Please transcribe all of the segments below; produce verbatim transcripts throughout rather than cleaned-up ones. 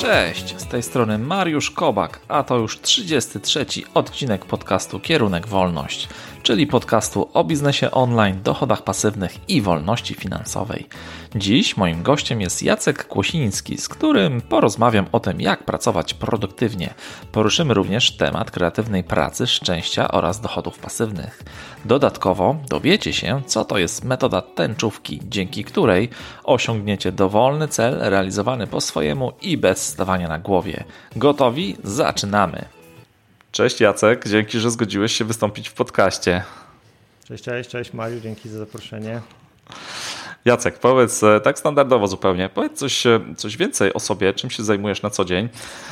Cześć, z tej strony Mariusz Kobak, a to już trzydziesty trzeci odcinek podcastu Kierunek Wolność, czyli podcastu o biznesie online, dochodach pasywnych i wolności finansowej. Dziś moim gościem jest Jacek Kłosiński, z którym porozmawiam o tym, jak pracować produktywnie. Poruszymy również temat kreatywnej pracy, szczęścia oraz dochodów pasywnych. Dodatkowo dowiecie się, co to jest metoda tęczówki, dzięki której osiągniecie dowolny cel realizowany po swojemu i bez stawania na głowie. Gotowi? Zaczynamy! Cześć Jacek, dzięki, że zgodziłeś się wystąpić w podcaście. Cześć, cześć, cześć Mariusz, dzięki za zaproszenie. Jacek, powiedz tak standardowo zupełnie, powiedz coś, coś więcej o sobie, czym się zajmujesz na co dzień,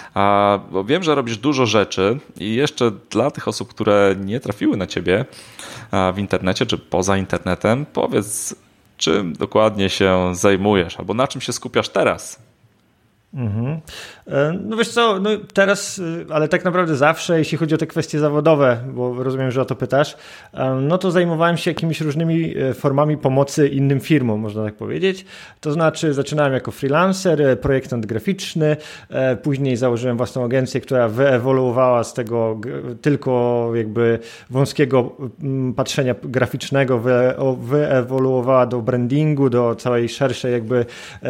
bo wiem, że robisz dużo rzeczy i jeszcze dla tych osób, które nie trafiły na ciebie w internecie czy poza internetem, powiedz, czym dokładnie się zajmujesz albo na czym się skupiasz teraz. Mhm. No wiesz co, no teraz, ale tak naprawdę zawsze, jeśli chodzi o te kwestie zawodowe, bo rozumiem, że o to pytasz, no to zajmowałem się jakimiś różnymi formami pomocy innym firmom, można tak powiedzieć. To znaczy zaczynałem jako freelancer, projektant graficzny, później założyłem własną agencję, która wyewoluowała z tego tylko jakby wąskiego patrzenia graficznego, wyewoluowała do brandingu, do całej szerszej jakby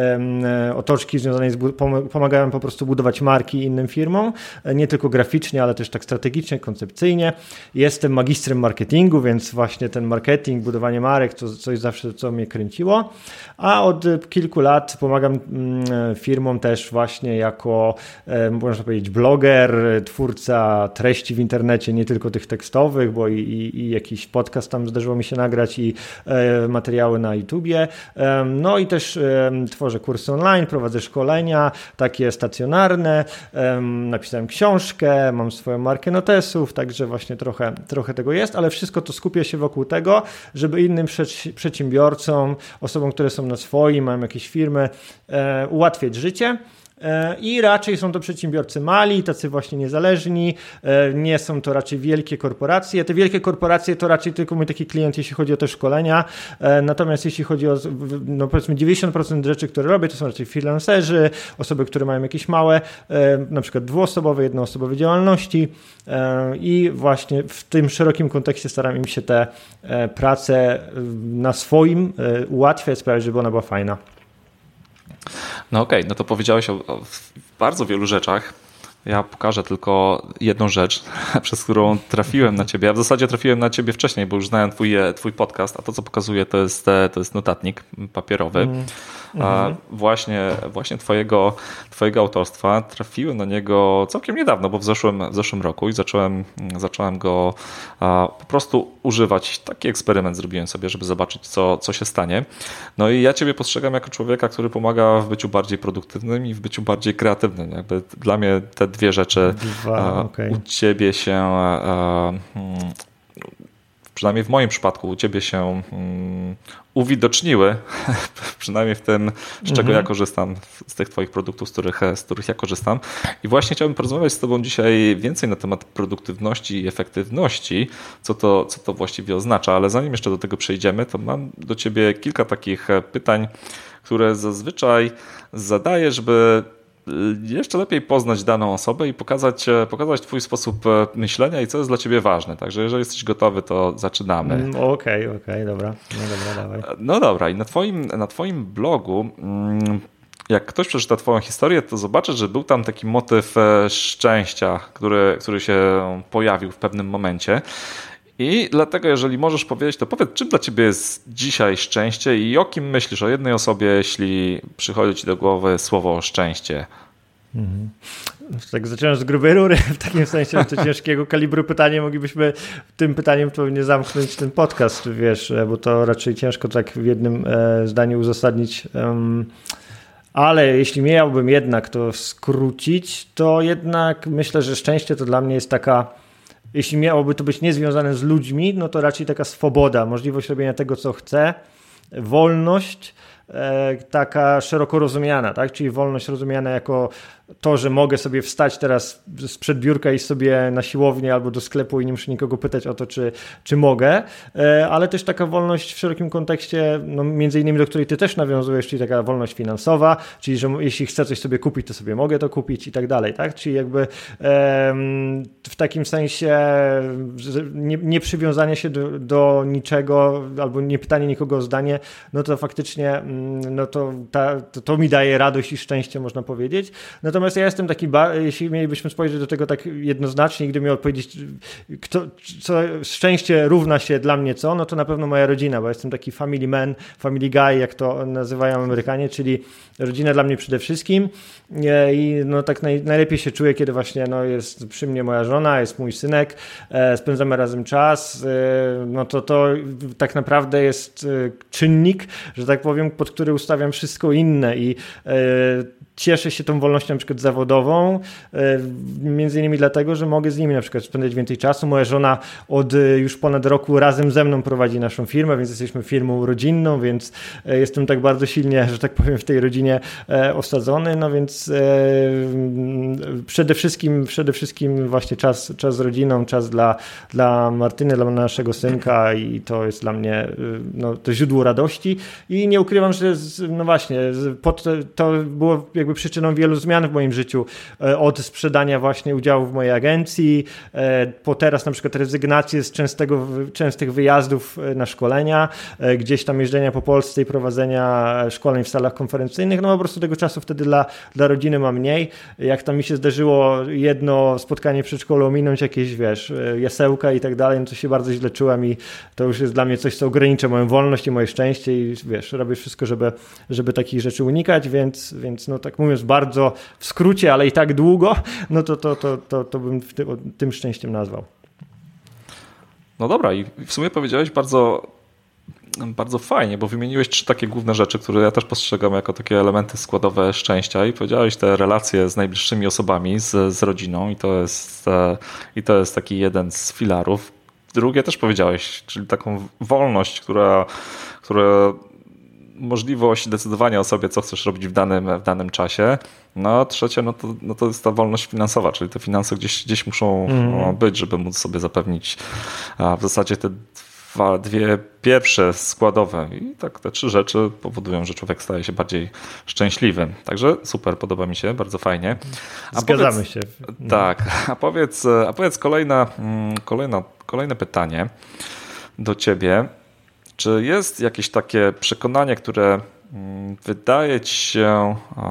otoczki związanej z pomagałem po prostu budować marki innym firmom, nie tylko graficznie, ale też tak strategicznie, koncepcyjnie. Jestem magistrem marketingu, więc właśnie ten marketing, budowanie marek to coś zawsze, co mnie kręciło. A od kilku lat pomagam firmom też właśnie jako, można powiedzieć, bloger, twórca treści w internecie, nie tylko tych tekstowych, bo i, i, i jakiś podcast tam zdarzyło mi się nagrać i e, materiały na YouTubie. E, no i też e, tworzę kursy online, prowadzę szkolenia, takie stacjonarne, napisałem książkę, mam swoją markę notesów, także właśnie trochę, trochę tego jest, ale wszystko to skupia się wokół tego, żeby innym przedsiębiorcom, osobom, które są na swoim, mają jakieś firmy, ułatwiać życie. I raczej są to przedsiębiorcy mali, tacy właśnie niezależni, nie są to raczej wielkie korporacje. Te wielkie korporacje to raczej tylko mój taki klient, jeśli chodzi o te szkolenia. Natomiast jeśli chodzi o, no powiedzmy dziewięćdziesiąt procent rzeczy, które robię, to są raczej freelancerzy, osoby, które mają jakieś małe, na przykład dwuosobowe, jednoosobowe działalności i właśnie w tym szerokim kontekście staram im się tę pracę na swoim ułatwiać, sprawiać, żeby ona była fajna. No okej, okay, no to powiedziałeś o, o bardzo wielu rzeczach. Ja pokażę tylko jedną rzecz, przez którą trafiłem na ciebie. Ja w zasadzie trafiłem na ciebie wcześniej, bo już znałem twój, twój podcast, a to, co pokazuję, to jest, to jest notatnik papierowy. Mm. A właśnie właśnie twojego, twojego autorstwa. Trafiłem na niego całkiem niedawno, bo w zeszłym, w zeszłym roku i zacząłem, zacząłem go a, po prostu używać. Taki eksperyment zrobiłem sobie, żeby zobaczyć, co, co się stanie. No i ja ciebie postrzegam jako człowieka, który pomaga w byciu bardziej produktywnym i w byciu bardziej kreatywnym. Jakby dla mnie te dwie rzeczy Dwa, okay. u ciebie się, a, hmm, przynajmniej w moim przypadku, u ciebie się hmm, uwidoczniły, przynajmniej w tym, z czego mhm. ja korzystam, z tych twoich produktów, z których, z których ja korzystam. I właśnie chciałbym porozmawiać z tobą dzisiaj więcej na temat produktywności i efektywności, co to, co to właściwie oznacza, ale zanim jeszcze do tego przejdziemy, to mam do ciebie kilka takich pytań, które zazwyczaj zadaję, żeby jeszcze lepiej poznać daną osobę i pokazać, pokazać twój sposób myślenia i co jest dla ciebie ważne. Także jeżeli jesteś gotowy, to zaczynamy. Okej, okej, okay, okay, dobra. No dobra, dawaj. No dobra, i na twoim, na twoim blogu, jak ktoś przeczyta twoją historię, to zobaczy, że był tam taki motyw szczęścia, który, który się pojawił w pewnym momencie. I dlatego, jeżeli możesz powiedzieć, to powiedz, czym dla ciebie jest dzisiaj szczęście i o kim myślisz, o jednej osobie, jeśli przychodzi ci do głowy słowo szczęście? Mhm. Tak zaczynam z grubej rury, w takim sensie, że to ciężkiego kalibru pytanie, moglibyśmy tym pytaniem pewnie zamknąć ten podcast, wiesz, bo to raczej ciężko tak w jednym e, zdaniu uzasadnić. Um, ale jeśli miałbym jednak to skrócić, to jednak myślę, że szczęście to dla mnie jest taka, jeśli miałoby to być niezwiązane z ludźmi, no to raczej taka swoboda, możliwość robienia tego, co chcę, wolność, taka szeroko rozumiana, tak? Czyli wolność rozumiana jako to, że mogę sobie wstać teraz sprzed biurka i sobie na siłownię albo do sklepu i nie muszę nikogo pytać o to, czy, czy mogę, ale też taka wolność w szerokim kontekście, no między innymi do której ty też nawiązujesz, czyli taka wolność finansowa, czyli że jeśli chcę coś sobie kupić, to sobie mogę to kupić i tak dalej, tak? Czyli jakby w takim sensie nie, nie przywiązanie się do, do niczego albo nie pytanie nikogo o zdanie, no to faktycznie no to, ta, to, to mi daje radość i szczęście, można powiedzieć. Natomiast ja jestem taki, jeśli mielibyśmy spojrzeć do tego tak jednoznacznie, gdy mi odpowiedzieć, kto, co szczęście równa się dla mnie co, no to na pewno moja rodzina, bo jestem taki family man, family guy, jak to nazywają Amerykanie, czyli rodzina dla mnie przede wszystkim i no tak naj, najlepiej się czuję, kiedy właśnie no jest przy mnie moja żona, jest mój synek, spędzamy razem czas, no to to tak naprawdę jest czynnik, że tak powiem, pod który ustawiam wszystko inne i cieszę się tą wolnością na przykład zawodową, między innymi dlatego, że mogę z nimi na przykład spędzać więcej czasu. Moja żona od już ponad roku razem ze mną prowadzi naszą firmę, więc jesteśmy firmą rodzinną, więc jestem tak bardzo silnie, że tak powiem, w tej rodzinie osadzony, no więc przede wszystkim, przede wszystkim właśnie czas, czas z rodziną, czas dla, dla Martyny, dla naszego synka i to jest dla mnie no, to źródło radości i nie ukrywam, że no właśnie, pod, to było jakby przyczyną wielu zmian w moim życiu, od sprzedania właśnie udziałów w mojej agencji, po teraz na przykład rezygnację z częstego, częstych wyjazdów na szkolenia, gdzieś tam jeżdżenia po Polsce i prowadzenia szkoleń w salach konferencyjnych, no po prostu tego czasu wtedy dla, dla rodziny mam mniej. Jak tam mi się zdarzyło jedno spotkanie w przedszkolu ominąć jakieś, wiesz, jasełka i tak dalej, no to się bardzo źle czułem i to już jest dla mnie coś, co ogranicza moją wolność i moje szczęście i wiesz, robię wszystko, żeby, żeby takich rzeczy unikać, więc, więc no tak mówiąc bardzo w skrócie, ale i tak długo, no to, to, to, to, to bym ty, tym szczęściem nazwał. No dobra i w sumie powiedziałeś bardzo, bardzo fajnie, bo wymieniłeś trzy takie główne rzeczy, które ja też postrzegam jako takie elementy składowe szczęścia i powiedziałeś te relacje z najbliższymi osobami, z, z rodziną i to jest, i to jest taki jeden z filarów. Drugie też powiedziałeś, czyli taką wolność, która, która możliwość decydowania o sobie, co chcesz robić w danym, w danym czasie. No a trzecie, no to, no to jest ta wolność finansowa, czyli te finanse gdzieś, gdzieś muszą mm. być, żeby móc sobie zapewnić a w zasadzie te dwa, dwie pierwsze składowe i tak te trzy rzeczy powodują, że człowiek staje się bardziej szczęśliwym. Także super, podoba mi się, bardzo fajnie. A Zgadzamy powiedz, się. Tak, a powiedz, a powiedz kolejna, kolejna, kolejne pytanie do ciebie. Czy jest jakieś takie przekonanie, które wydaje ci się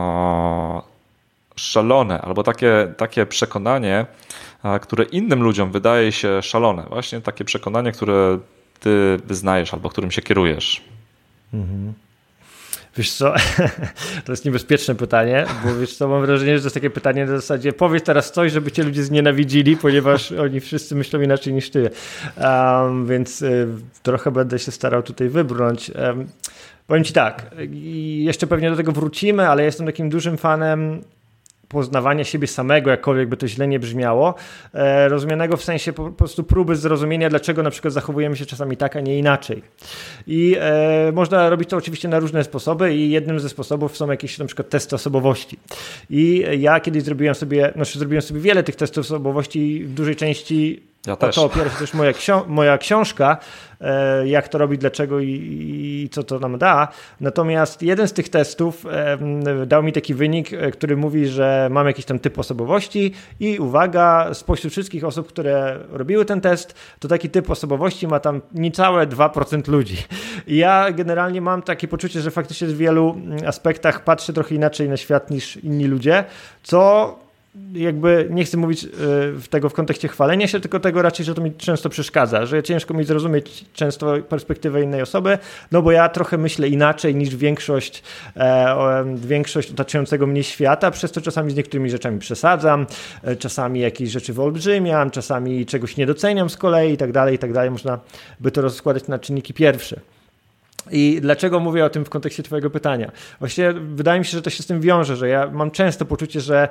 szalone, albo takie, takie przekonanie, które innym ludziom wydaje się szalone? Właśnie takie przekonanie, które ty wyznajesz albo którym się kierujesz. Mhm. Wiesz co, to jest niebezpieczne pytanie, bo wiesz co, mam wrażenie, że to jest takie pytanie na zasadzie powiedz teraz coś, żeby cię ludzie znienawidzili, ponieważ oni wszyscy myślą inaczej niż ty. Um, więc y, trochę będę się starał tutaj wybrnąć. Um, powiem ci tak, i jeszcze pewnie do tego wrócimy, ale jestem takim dużym fanem poznawania siebie samego, jakkolwiek by to źle nie brzmiało, e, rozumianego w sensie po, po prostu próby zrozumienia, dlaczego na przykład zachowujemy się czasami tak, a nie inaczej. I e, można robić to oczywiście na różne sposoby i jednym ze sposobów są jakieś na przykład testy osobowości. I ja kiedyś zrobiłem sobie, znaczy zrobiłem sobie wiele tych testów osobowości w dużej części ja też. To opiera się też moja, książ- moja książka, e, jak to robić, dlaczego i, i co to nam da. Natomiast jeden z tych testów e, dał mi taki wynik, e, który mówi, że mam jakiś tam typ osobowości i uwaga, spośród wszystkich osób, które robiły ten test, to taki typ osobowości ma tam niecałe dwa procent ludzi. I ja generalnie mam takie poczucie, że faktycznie w wielu aspektach patrzę trochę inaczej na świat niż inni ludzie, co jakby nie chcę mówić tego w kontekście chwalenia się, tylko tego raczej, że to mi często przeszkadza, że ciężko mi zrozumieć często perspektywę innej osoby, no bo ja trochę myślę inaczej niż większość, e, większość otaczającego mnie świata, przez to czasami z niektórymi rzeczami przesadzam, e, czasami jakieś rzeczy wyolbrzymiam, czasami czegoś nie doceniam z kolei i tak dalej, i tak dalej. Można by to rozkładać na czynniki pierwsze. I dlaczego mówię o tym w kontekście twojego pytania? Właściwie wydaje mi się, że to się z tym wiąże, że ja mam często poczucie, że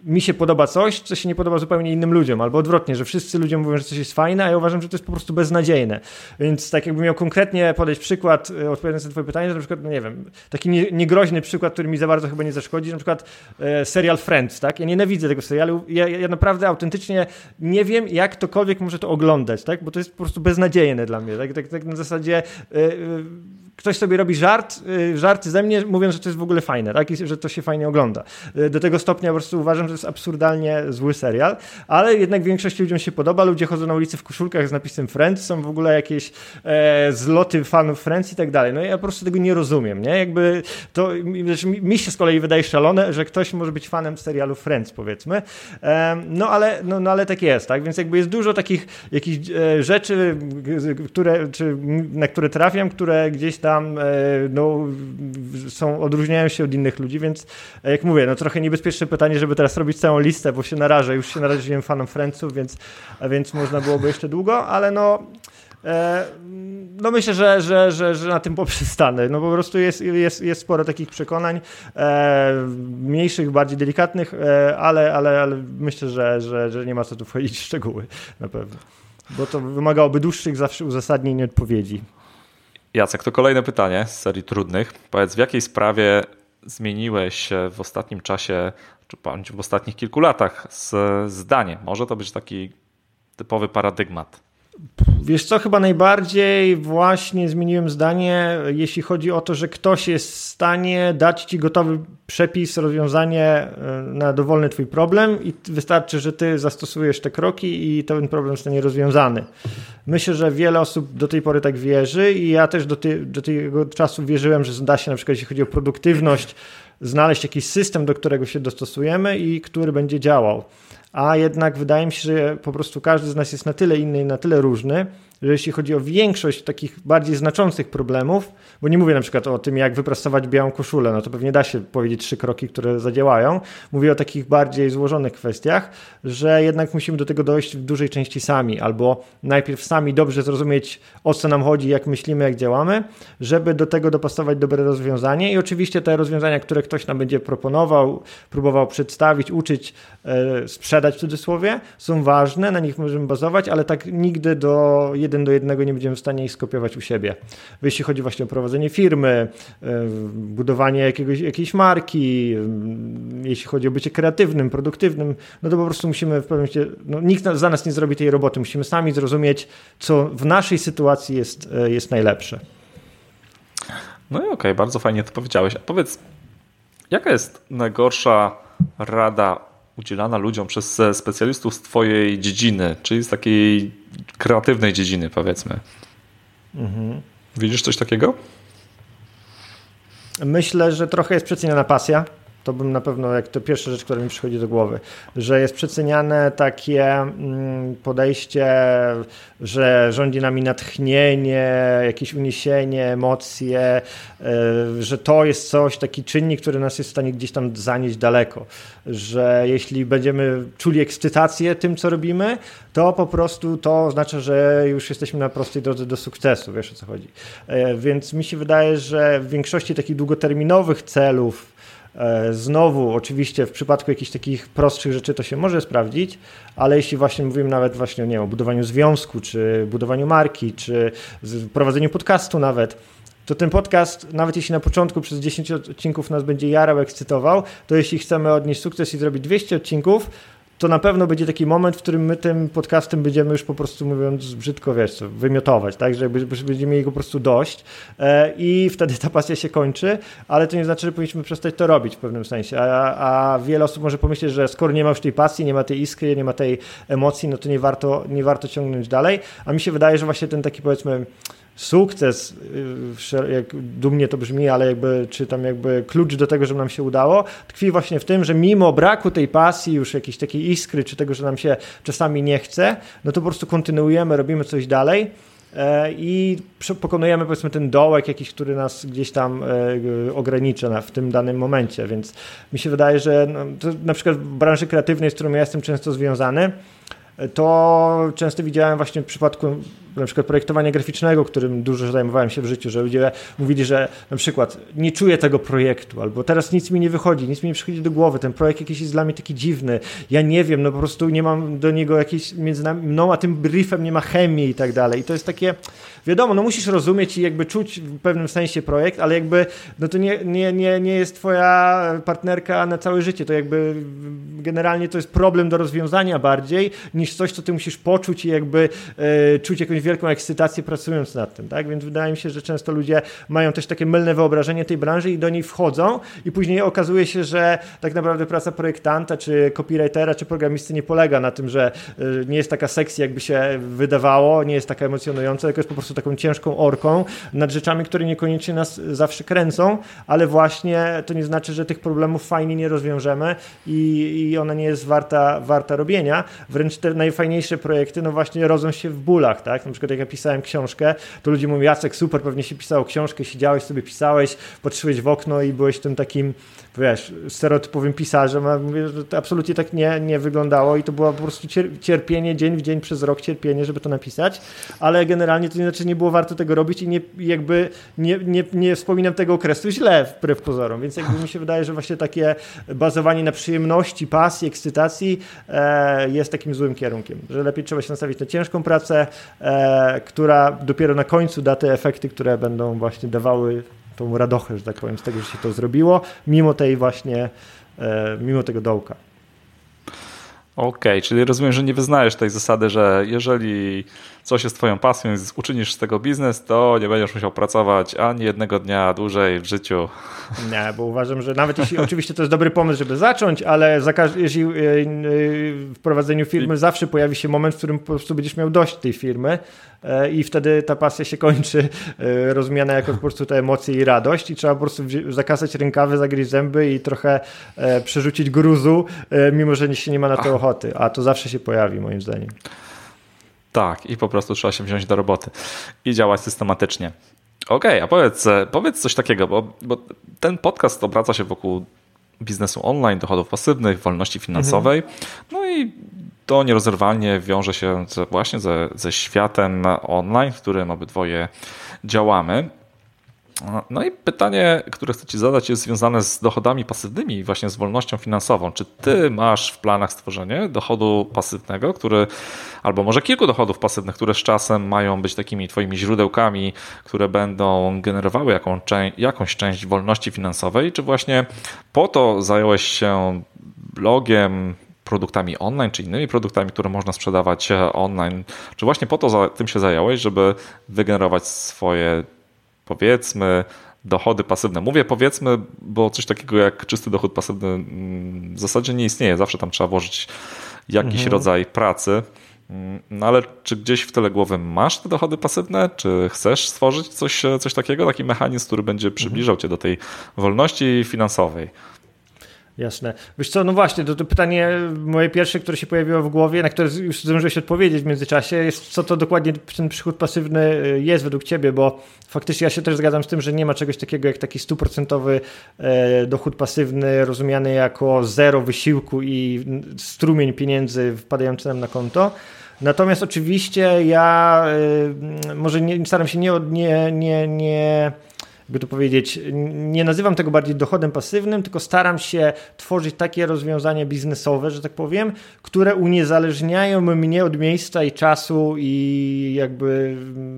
mi się podoba coś, co się nie podoba zupełnie innym ludziom, albo odwrotnie, że wszyscy ludzie mówią, że coś jest fajne, a ja uważam, że to jest po prostu beznadziejne. Więc tak jakbym miał konkretnie podać przykład, odpowiadając na twoje pytanie, że na przykład, no nie wiem, taki nie, niegroźny przykład, który mi za bardzo chyba nie zaszkodzi, na przykład e, serial Friends, tak? Ja nienawidzę tego serialu, ja, ja naprawdę autentycznie nie wiem, jak ktokolwiek może to oglądać, tak? Bo to jest po prostu beznadziejne dla mnie, tak, tak, tak na zasadzie e, e, ktoś sobie robi żart, e, żart ze mnie, mówiąc, że to jest w ogóle fajne, tak? I że to się fajnie ogląda. E, do tego stopnia po prostu uważam, że to jest absurdalnie zły serial, ale jednak większości ludziom się podoba, ludzie chodzą na ulicy w koszulkach z napisem Friends, są w ogóle jakieś e, zloty fanów Friends i tak dalej. No ja po prostu tego nie rozumiem, nie? Jakby to znaczy, mi się z kolei wydaje szalone, że ktoś może być fanem serialu Friends, powiedzmy. E, no, ale, no, no ale tak jest, tak? Więc jakby jest dużo takich jakichś e, rzeczy, które, czy, na które trafiam, które gdzieś tam e, no, są, odróżniają się od innych ludzi, więc jak mówię, no trochę niebezpieczne pytanie, żeby teraz robić całą listę, bo się narażę, już się naraziłem fanom Friendsów, więc, więc można byłoby jeszcze długo, ale no e, no myślę, że, że, że, że na tym poprzestanę. No po prostu jest, jest, jest sporo takich przekonań, e, mniejszych, bardziej delikatnych, e, ale, ale, ale myślę, że, że, że nie ma co tu wchodzić w szczegóły na pewno, bo to wymagałoby dłuższych zawsze uzasadnień i odpowiedzi. Jacek, to kolejne pytanie z serii trudnych. Powiedz, w jakiej sprawie zmieniłeś się w ostatnim czasie, czy w ostatnich kilku latach z zdanie? Może to być taki typowy paradygmat. Wiesz co, chyba najbardziej właśnie zmieniłem zdanie, jeśli chodzi o to, że ktoś jest w stanie dać ci gotowy przepis, rozwiązanie na dowolny twój problem i wystarczy, że ty zastosujesz te kroki i ten problem zostanie rozwiązany. Myślę, że wiele osób do tej pory tak wierzy i ja też do, ty, do tego czasu wierzyłem, że da się na przykład, jeśli chodzi o produktywność, znaleźć jakiś system, do którego się dostosujemy i który będzie działał. A jednak wydaje mi się, że po prostu każdy z nas jest na tyle inny i na tyle różny, że jeśli chodzi o większość takich bardziej znaczących problemów, bo nie mówię na przykład o tym, jak wyprasować białą koszulę, no to pewnie da się powiedzieć trzy kroki, które zadziałają. Mówię o takich bardziej złożonych kwestiach, że jednak musimy do tego dojść w dużej części sami, albo najpierw sami dobrze zrozumieć, o co nam chodzi, jak myślimy, jak działamy, żeby do tego dopasować dobre rozwiązanie i oczywiście te rozwiązania, które ktoś nam będzie proponował, próbował przedstawić, uczyć, e, sprzedać w cudzysłowie, są ważne, na nich możemy bazować, ale tak nigdy do jeden do jednego nie będziemy w stanie ich skopiować u siebie. Jeśli chodzi właśnie o prowadzenie firmy, budowanie jakiegoś, jakiejś marki, jeśli chodzi o bycie kreatywnym, produktywnym, no to po prostu musimy w pewnym momencie, no nikt za nas nie zrobi tej roboty, musimy sami zrozumieć, co w naszej sytuacji jest, jest najlepsze. No i okej, okay, bardzo fajnie to powiedziałeś. A powiedz, jaka jest najgorsza rada udzielana ludziom przez specjalistów z twojej dziedziny, czyli z takiej kreatywnej dziedziny, powiedzmy? Mhm. Widzisz coś takiego? Myślę, że trochę jest przeceniana pasja. To bym na pewno, jak to pierwsza rzecz, która mi przychodzi do głowy, że jest przeceniane takie podejście, że rządzi nami natchnienie, jakieś uniesienie, emocje, że to jest coś, taki czynnik, który nas jest w stanie gdzieś tam zanieść daleko, że jeśli będziemy czuli ekscytację tym, co robimy, to po prostu to oznacza, że już jesteśmy na prostej drodze do sukcesu, wiesz o co chodzi. Więc mi się wydaje, że w większości takich długoterminowych celów, znowu, oczywiście w przypadku jakichś takich prostszych rzeczy to się może sprawdzić, ale jeśli właśnie mówimy nawet właśnie nie wiem, o budowaniu związku, czy budowaniu marki, czy prowadzeniu podcastu nawet, to ten podcast, nawet jeśli na początku przez dziesięć odcinków nas będzie jarał, ekscytował, to jeśli chcemy odnieść sukces i zrobić dwieście odcinków, to na pewno będzie taki moment, w którym my tym podcastem będziemy już po prostu, mówiąc brzydko, wiesz co, wymiotować, tak, że będziemy mieli go po prostu dość i wtedy ta pasja się kończy, ale to nie znaczy, że powinniśmy przestać to robić w pewnym sensie, a, a wiele osób może pomyśleć, że skoro nie ma już tej pasji, nie ma tej iskry, nie ma tej emocji, no to nie warto, nie warto ciągnąć dalej, a mi się wydaje, że właśnie ten taki, powiedzmy, sukces, jak dumnie to brzmi, ale jakby, czy tam jakby klucz do tego, żeby nam się udało, tkwi właśnie w tym, że mimo braku tej pasji, już jakiejś takiej iskry, czy tego, że nam się czasami nie chce, no to po prostu kontynuujemy, robimy coś dalej i pokonujemy, powiedzmy, ten dołek jakiś, który nas gdzieś tam ogranicza w tym danym momencie, więc mi się wydaje, że no, to na przykład w branży kreatywnej, z którą ja jestem często związany, to często widziałem właśnie w przypadku na przykład projektowania graficznego, którym dużo zajmowałem się w życiu, że ludzie mówili, że na przykład nie czuję tego projektu, albo teraz nic mi nie wychodzi, nic mi nie przychodzi do głowy, ten projekt jakiś jest dla mnie taki dziwny, ja nie wiem, no po prostu nie mam do niego jakiejś, między mną a tym briefem nie ma chemii i tak dalej. I to jest takie, wiadomo, no musisz rozumieć i jakby czuć w pewnym sensie projekt, ale jakby no to nie, nie, nie, nie jest twoja partnerka na całe życie, to jakby generalnie to jest problem do rozwiązania bardziej niż coś, co ty musisz poczuć i jakby e, czuć jakąś wielką ekscytację pracując nad tym, tak? Więc wydaje mi się, że często ludzie mają też takie mylne wyobrażenie tej branży i do niej wchodzą i później okazuje się, że tak naprawdę praca projektanta, czy copywritera, czy programisty nie polega na tym, że e, nie jest taka sexy, jakby się wydawało, nie jest taka emocjonująca, tylko jest po prostu taką ciężką orką nad rzeczami, które niekoniecznie nas zawsze kręcą, ale właśnie to nie znaczy, że tych problemów fajnie nie rozwiążemy i, i ona nie jest warta, warta robienia. Wręcz te najfajniejsze projekty, no właśnie rodzą się w bólach, tak? Na przykład jak ja pisałem książkę, to ludzie mówią, Jacek, super, pewnie się pisało książkę, siedziałeś sobie, pisałeś, patrzyłeś w okno i byłeś tym takim, wiesz, stereotypowym pisarzem, a mówię, że to absolutnie tak nie, nie wyglądało i to było po prostu cierpienie, dzień w dzień przez rok cierpienie, żeby to napisać, ale generalnie to nie znaczy, nie było warto tego robić i nie, jakby nie, nie, nie wspominam tego okresu źle wbrew pozorom, więc jakby mi się wydaje, że właśnie takie bazowanie na przyjemności, pasji, ekscytacji e, jest takim złym kierunkiem, że lepiej trzeba się nastawić na ciężką pracę, e, która dopiero na końcu da te efekty, które będą właśnie dawały tą radochę, że tak powiem, z tego, że się to zrobiło, mimo tej właśnie, e, mimo tego dołka. Okej, okay, czyli rozumiem, że nie wyznajesz tej zasady, że jeżeli coś jest twoją pasją i uczynisz z tego biznes, to nie będziesz musiał pracować ani jednego dnia dłużej w życiu. Nie, bo uważam, że nawet jeśli oczywiście to jest dobry pomysł, żeby zacząć, ale za każ- jeśli w prowadzeniu firmy I... zawsze pojawi się moment, w którym po prostu będziesz miał dość tej firmy i wtedy ta pasja się kończy, rozumiana jako po prostu te emocje i radość i trzeba po prostu zakasać rękawy, zagryźć zęby i trochę przerzucić gruzu, mimo że się nie ma na to ochoty, a to zawsze się pojawi moim zdaniem. Tak, i po prostu trzeba się wziąć do roboty i działać systematycznie. Okej, okay, a powiedz, powiedz coś takiego, bo, bo ten podcast obraca się wokół biznesu online, dochodów pasywnych, wolności finansowej, mhm. no i to nierozerwalnie wiąże się ze, właśnie ze, ze światem online, w którym obydwoje działamy. No i pytanie, które chcę ci zadać, jest związane z dochodami pasywnymi i właśnie z wolnością finansową. Czy ty masz w planach stworzenie dochodu pasywnego, który, albo może kilku dochodów pasywnych, które z czasem mają być takimi twoimi źródełkami, które będą generowały jaką, jakąś część wolności finansowej? Czy właśnie po to zająłeś się blogiem, produktami online, czy innymi produktami, które można sprzedawać online? Czy właśnie po to za, tym się zająłeś, żeby wygenerować swoje, powiedzmy, dochody pasywne? Mówię powiedzmy, bo coś takiego jak czysty dochód pasywny w zasadzie nie istnieje. Zawsze tam trzeba włożyć jakiś mhm. rodzaj pracy. No ale czy gdzieś w tyle głowy masz te dochody pasywne? Czy chcesz stworzyć coś, coś takiego, taki mechanizm, który będzie przybliżał cię do tej wolności finansowej? Jasne. Wiesz co, no właśnie, to, to pytanie moje pierwsze, które się pojawiło w głowie, na które już zdążyłeś odpowiedzieć w międzyczasie, jest co to dokładnie ten przychód pasywny jest według ciebie, bo faktycznie ja się też zgadzam z tym, że nie ma czegoś takiego jak taki stuprocentowy dochód pasywny rozumiany jako zero wysiłku i strumień pieniędzy wpadający nam na konto. Natomiast oczywiście ja może nie, staram się nie, nie, nie, nie by to powiedzieć, nie nazywam tego bardziej dochodem pasywnym, tylko staram się tworzyć takie rozwiązania biznesowe, że tak powiem, które uniezależniają mnie od miejsca i czasu i jakby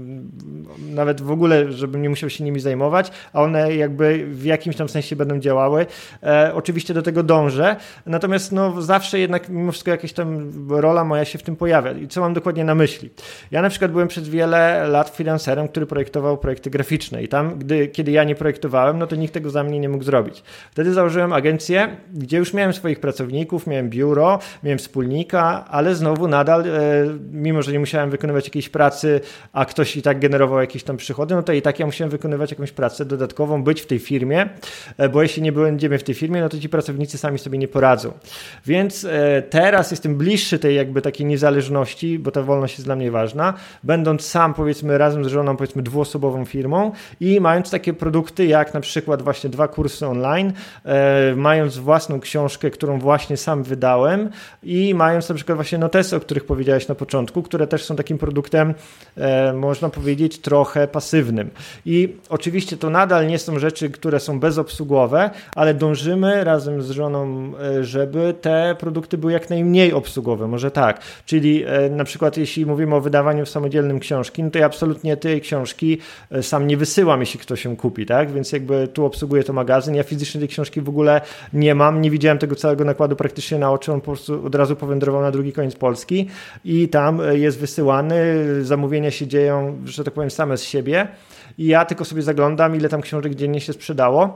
nawet w ogóle, żebym nie musiał się nimi zajmować, a one jakby w jakimś tam sensie będą działały. E, oczywiście do tego dążę, natomiast no zawsze jednak mimo wszystko jakaś tam rola moja się w tym pojawia. I co mam dokładnie na myśli? Ja na przykład byłem przez wiele lat freelancerem, który projektował projekty graficzne i tam, gdy kiedy ja nie projektowałem, no to nikt tego za mnie nie mógł zrobić. Wtedy założyłem agencję, gdzie już miałem swoich pracowników, miałem biuro, miałem wspólnika, ale znowu nadal, e, mimo że nie musiałem wykonywać jakiejś pracy, a ktoś i tak generował jakieś jakieś tam przychody, no to i tak ja musiałem wykonywać jakąś pracę dodatkową, być w tej firmie, bo jeśli nie będziemy w tej firmie, no to ci pracownicy sami sobie nie poradzą. Więc teraz jestem bliższy tej jakby takiej niezależności, bo ta wolność jest dla mnie ważna, będąc sam powiedzmy razem z żoną powiedzmy dwuosobową firmą i mając takie produkty jak na przykład właśnie dwa kursy online, mając własną książkę, którą właśnie sam wydałem i mając na przykład właśnie notesy, o których powiedziałeś na początku, które też są takim produktem, e, można powiedzieć, trochę pasywnym. I oczywiście to nadal nie są rzeczy, które są bezobsługowe, ale dążymy razem z żoną, e, żeby te produkty były jak najmniej obsługowe, może tak. Czyli e, na przykład jeśli mówimy o wydawaniu samodzielnym książki, no to ja absolutnie tej książki e, sam nie wysyłam, jeśli ktoś ją kupi, tak? Więc jakby tu obsługuję to magazyn. Ja fizycznie tej książki w ogóle nie mam, nie widziałem tego całego nakładu praktycznie na oczy, on po prostu od razu powędrował na drugi koniec Polski i tam jest wysyłany, zamówienia się dzieją, że tak powiem, same z siebie i ja tylko sobie zaglądam, ile tam książek dziennie się sprzedało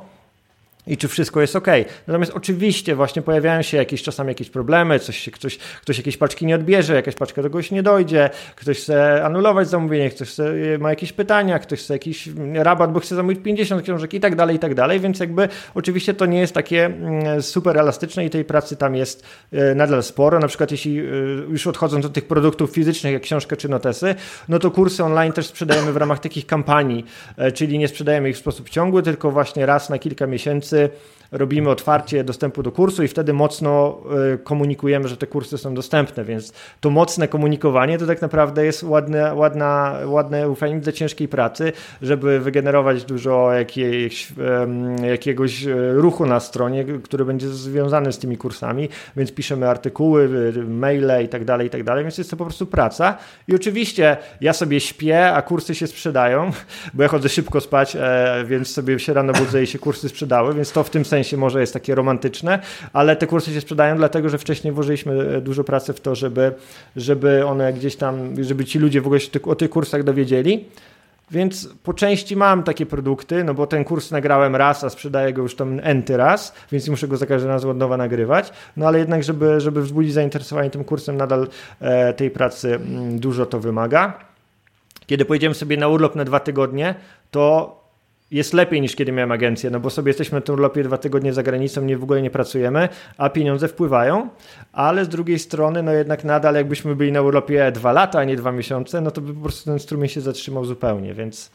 i czy wszystko jest ok. Natomiast oczywiście właśnie pojawiają się jakieś czasami jakieś problemy, coś się, ktoś, ktoś jakieś paczki nie odbierze, jakaś paczka do kogoś nie dojdzie, ktoś chce anulować zamówienie, ktoś chce, ma jakieś pytania, ktoś chce jakiś rabat, bo chce zamówić pięćdziesiąt książek i tak dalej, i tak dalej, więc jakby oczywiście to nie jest takie super elastyczne i tej pracy tam jest nadal sporo. Na przykład jeśli już odchodząc od tych produktów fizycznych, jak książkę czy notesy, no to kursy online też sprzedajemy w ramach takich kampanii, czyli nie sprzedajemy ich w sposób ciągły, tylko właśnie raz na kilka miesięcy robimy otwarcie dostępu do kursu i wtedy mocno komunikujemy, że te kursy są dostępne, więc to mocne komunikowanie to tak naprawdę jest ładne, ładna, ładne ufajnik dla ciężkiej pracy, żeby wygenerować dużo jakiegoś, jakiegoś ruchu na stronie, który będzie związany z tymi kursami, więc piszemy artykuły, maile i tak dalej, i tak dalej, więc jest to po prostu praca i oczywiście ja sobie śpię, a kursy się sprzedają, bo ja chodzę szybko spać, więc sobie się rano budzę i się kursy sprzedały, więc to w tym sensie może jest takie romantyczne, ale te kursy się sprzedają dlatego, że wcześniej włożyliśmy dużo pracy w to, żeby, żeby one gdzieś tam, żeby ci ludzie w ogóle się o tych kursach dowiedzieli. Więc po części mam takie produkty, no bo ten kurs nagrałem raz, a sprzedaję go już tam enty raz, więc nie muszę go za każdym razem od nowa nagrywać. No ale jednak, żeby, żeby wzbudzić zainteresowanie tym kursem, nadal e, tej pracy dużo to wymaga. Kiedy pojedziemy sobie na urlop na dwa tygodnie, to jest lepiej niż kiedy miałem agencję, no bo sobie jesteśmy na tym urlopie dwa tygodnie za granicą, nie w ogóle nie pracujemy, a pieniądze wpływają, ale z drugiej strony, no jednak nadal jakbyśmy byli na urlopie dwa lata, a nie dwa miesiące, no to by po prostu ten strumień się zatrzymał zupełnie, więc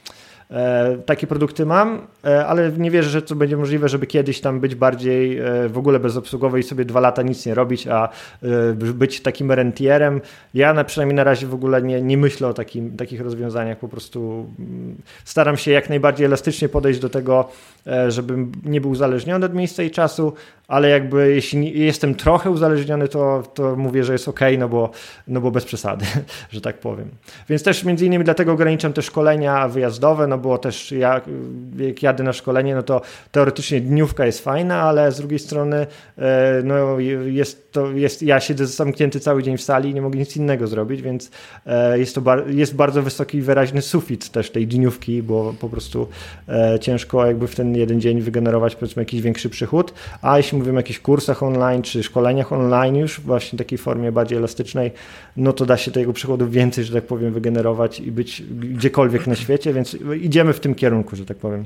e, takie produkty mam, e, ale nie wierzę, że to będzie możliwe, żeby kiedyś tam być bardziej e, w ogóle bezobsługowy i sobie dwa lata nic nie robić, a e, być takim rentierem. Ja na, przynajmniej na razie w ogóle nie, nie myślę o takim, takich rozwiązaniach, po prostu m, staram się jak najbardziej elastycznie podejść do tego, e, żebym nie był uzależniony od miejsca i czasu, ale jakby jeśli nie, jestem trochę uzależniony, to, to mówię, że jest okej, no bo, no bo bez przesady, że tak powiem. Więc też między innymi dlatego ograniczam te szkolenia wyjazdowe, no bo też ja, jak jadę na szkolenie, no to teoretycznie dniówka jest fajna, ale z drugiej strony no jest to, jest, ja siedzę zamknięty cały dzień w sali i nie mogę nic innego zrobić, więc jest to bar, jest bardzo wysoki i wyraźny sufit też tej dniówki, bo po prostu ciężko jakby w ten jeden dzień wygenerować powiedzmy jakiś większy przychód, a jeśli mówimy o jakichś kursach online czy szkoleniach online już właśnie w takiej formie bardziej elastycznej, no to da się tego przychodu więcej, że tak powiem, wygenerować i być gdziekolwiek na świecie, więc idziemy w tym kierunku, że tak powiem.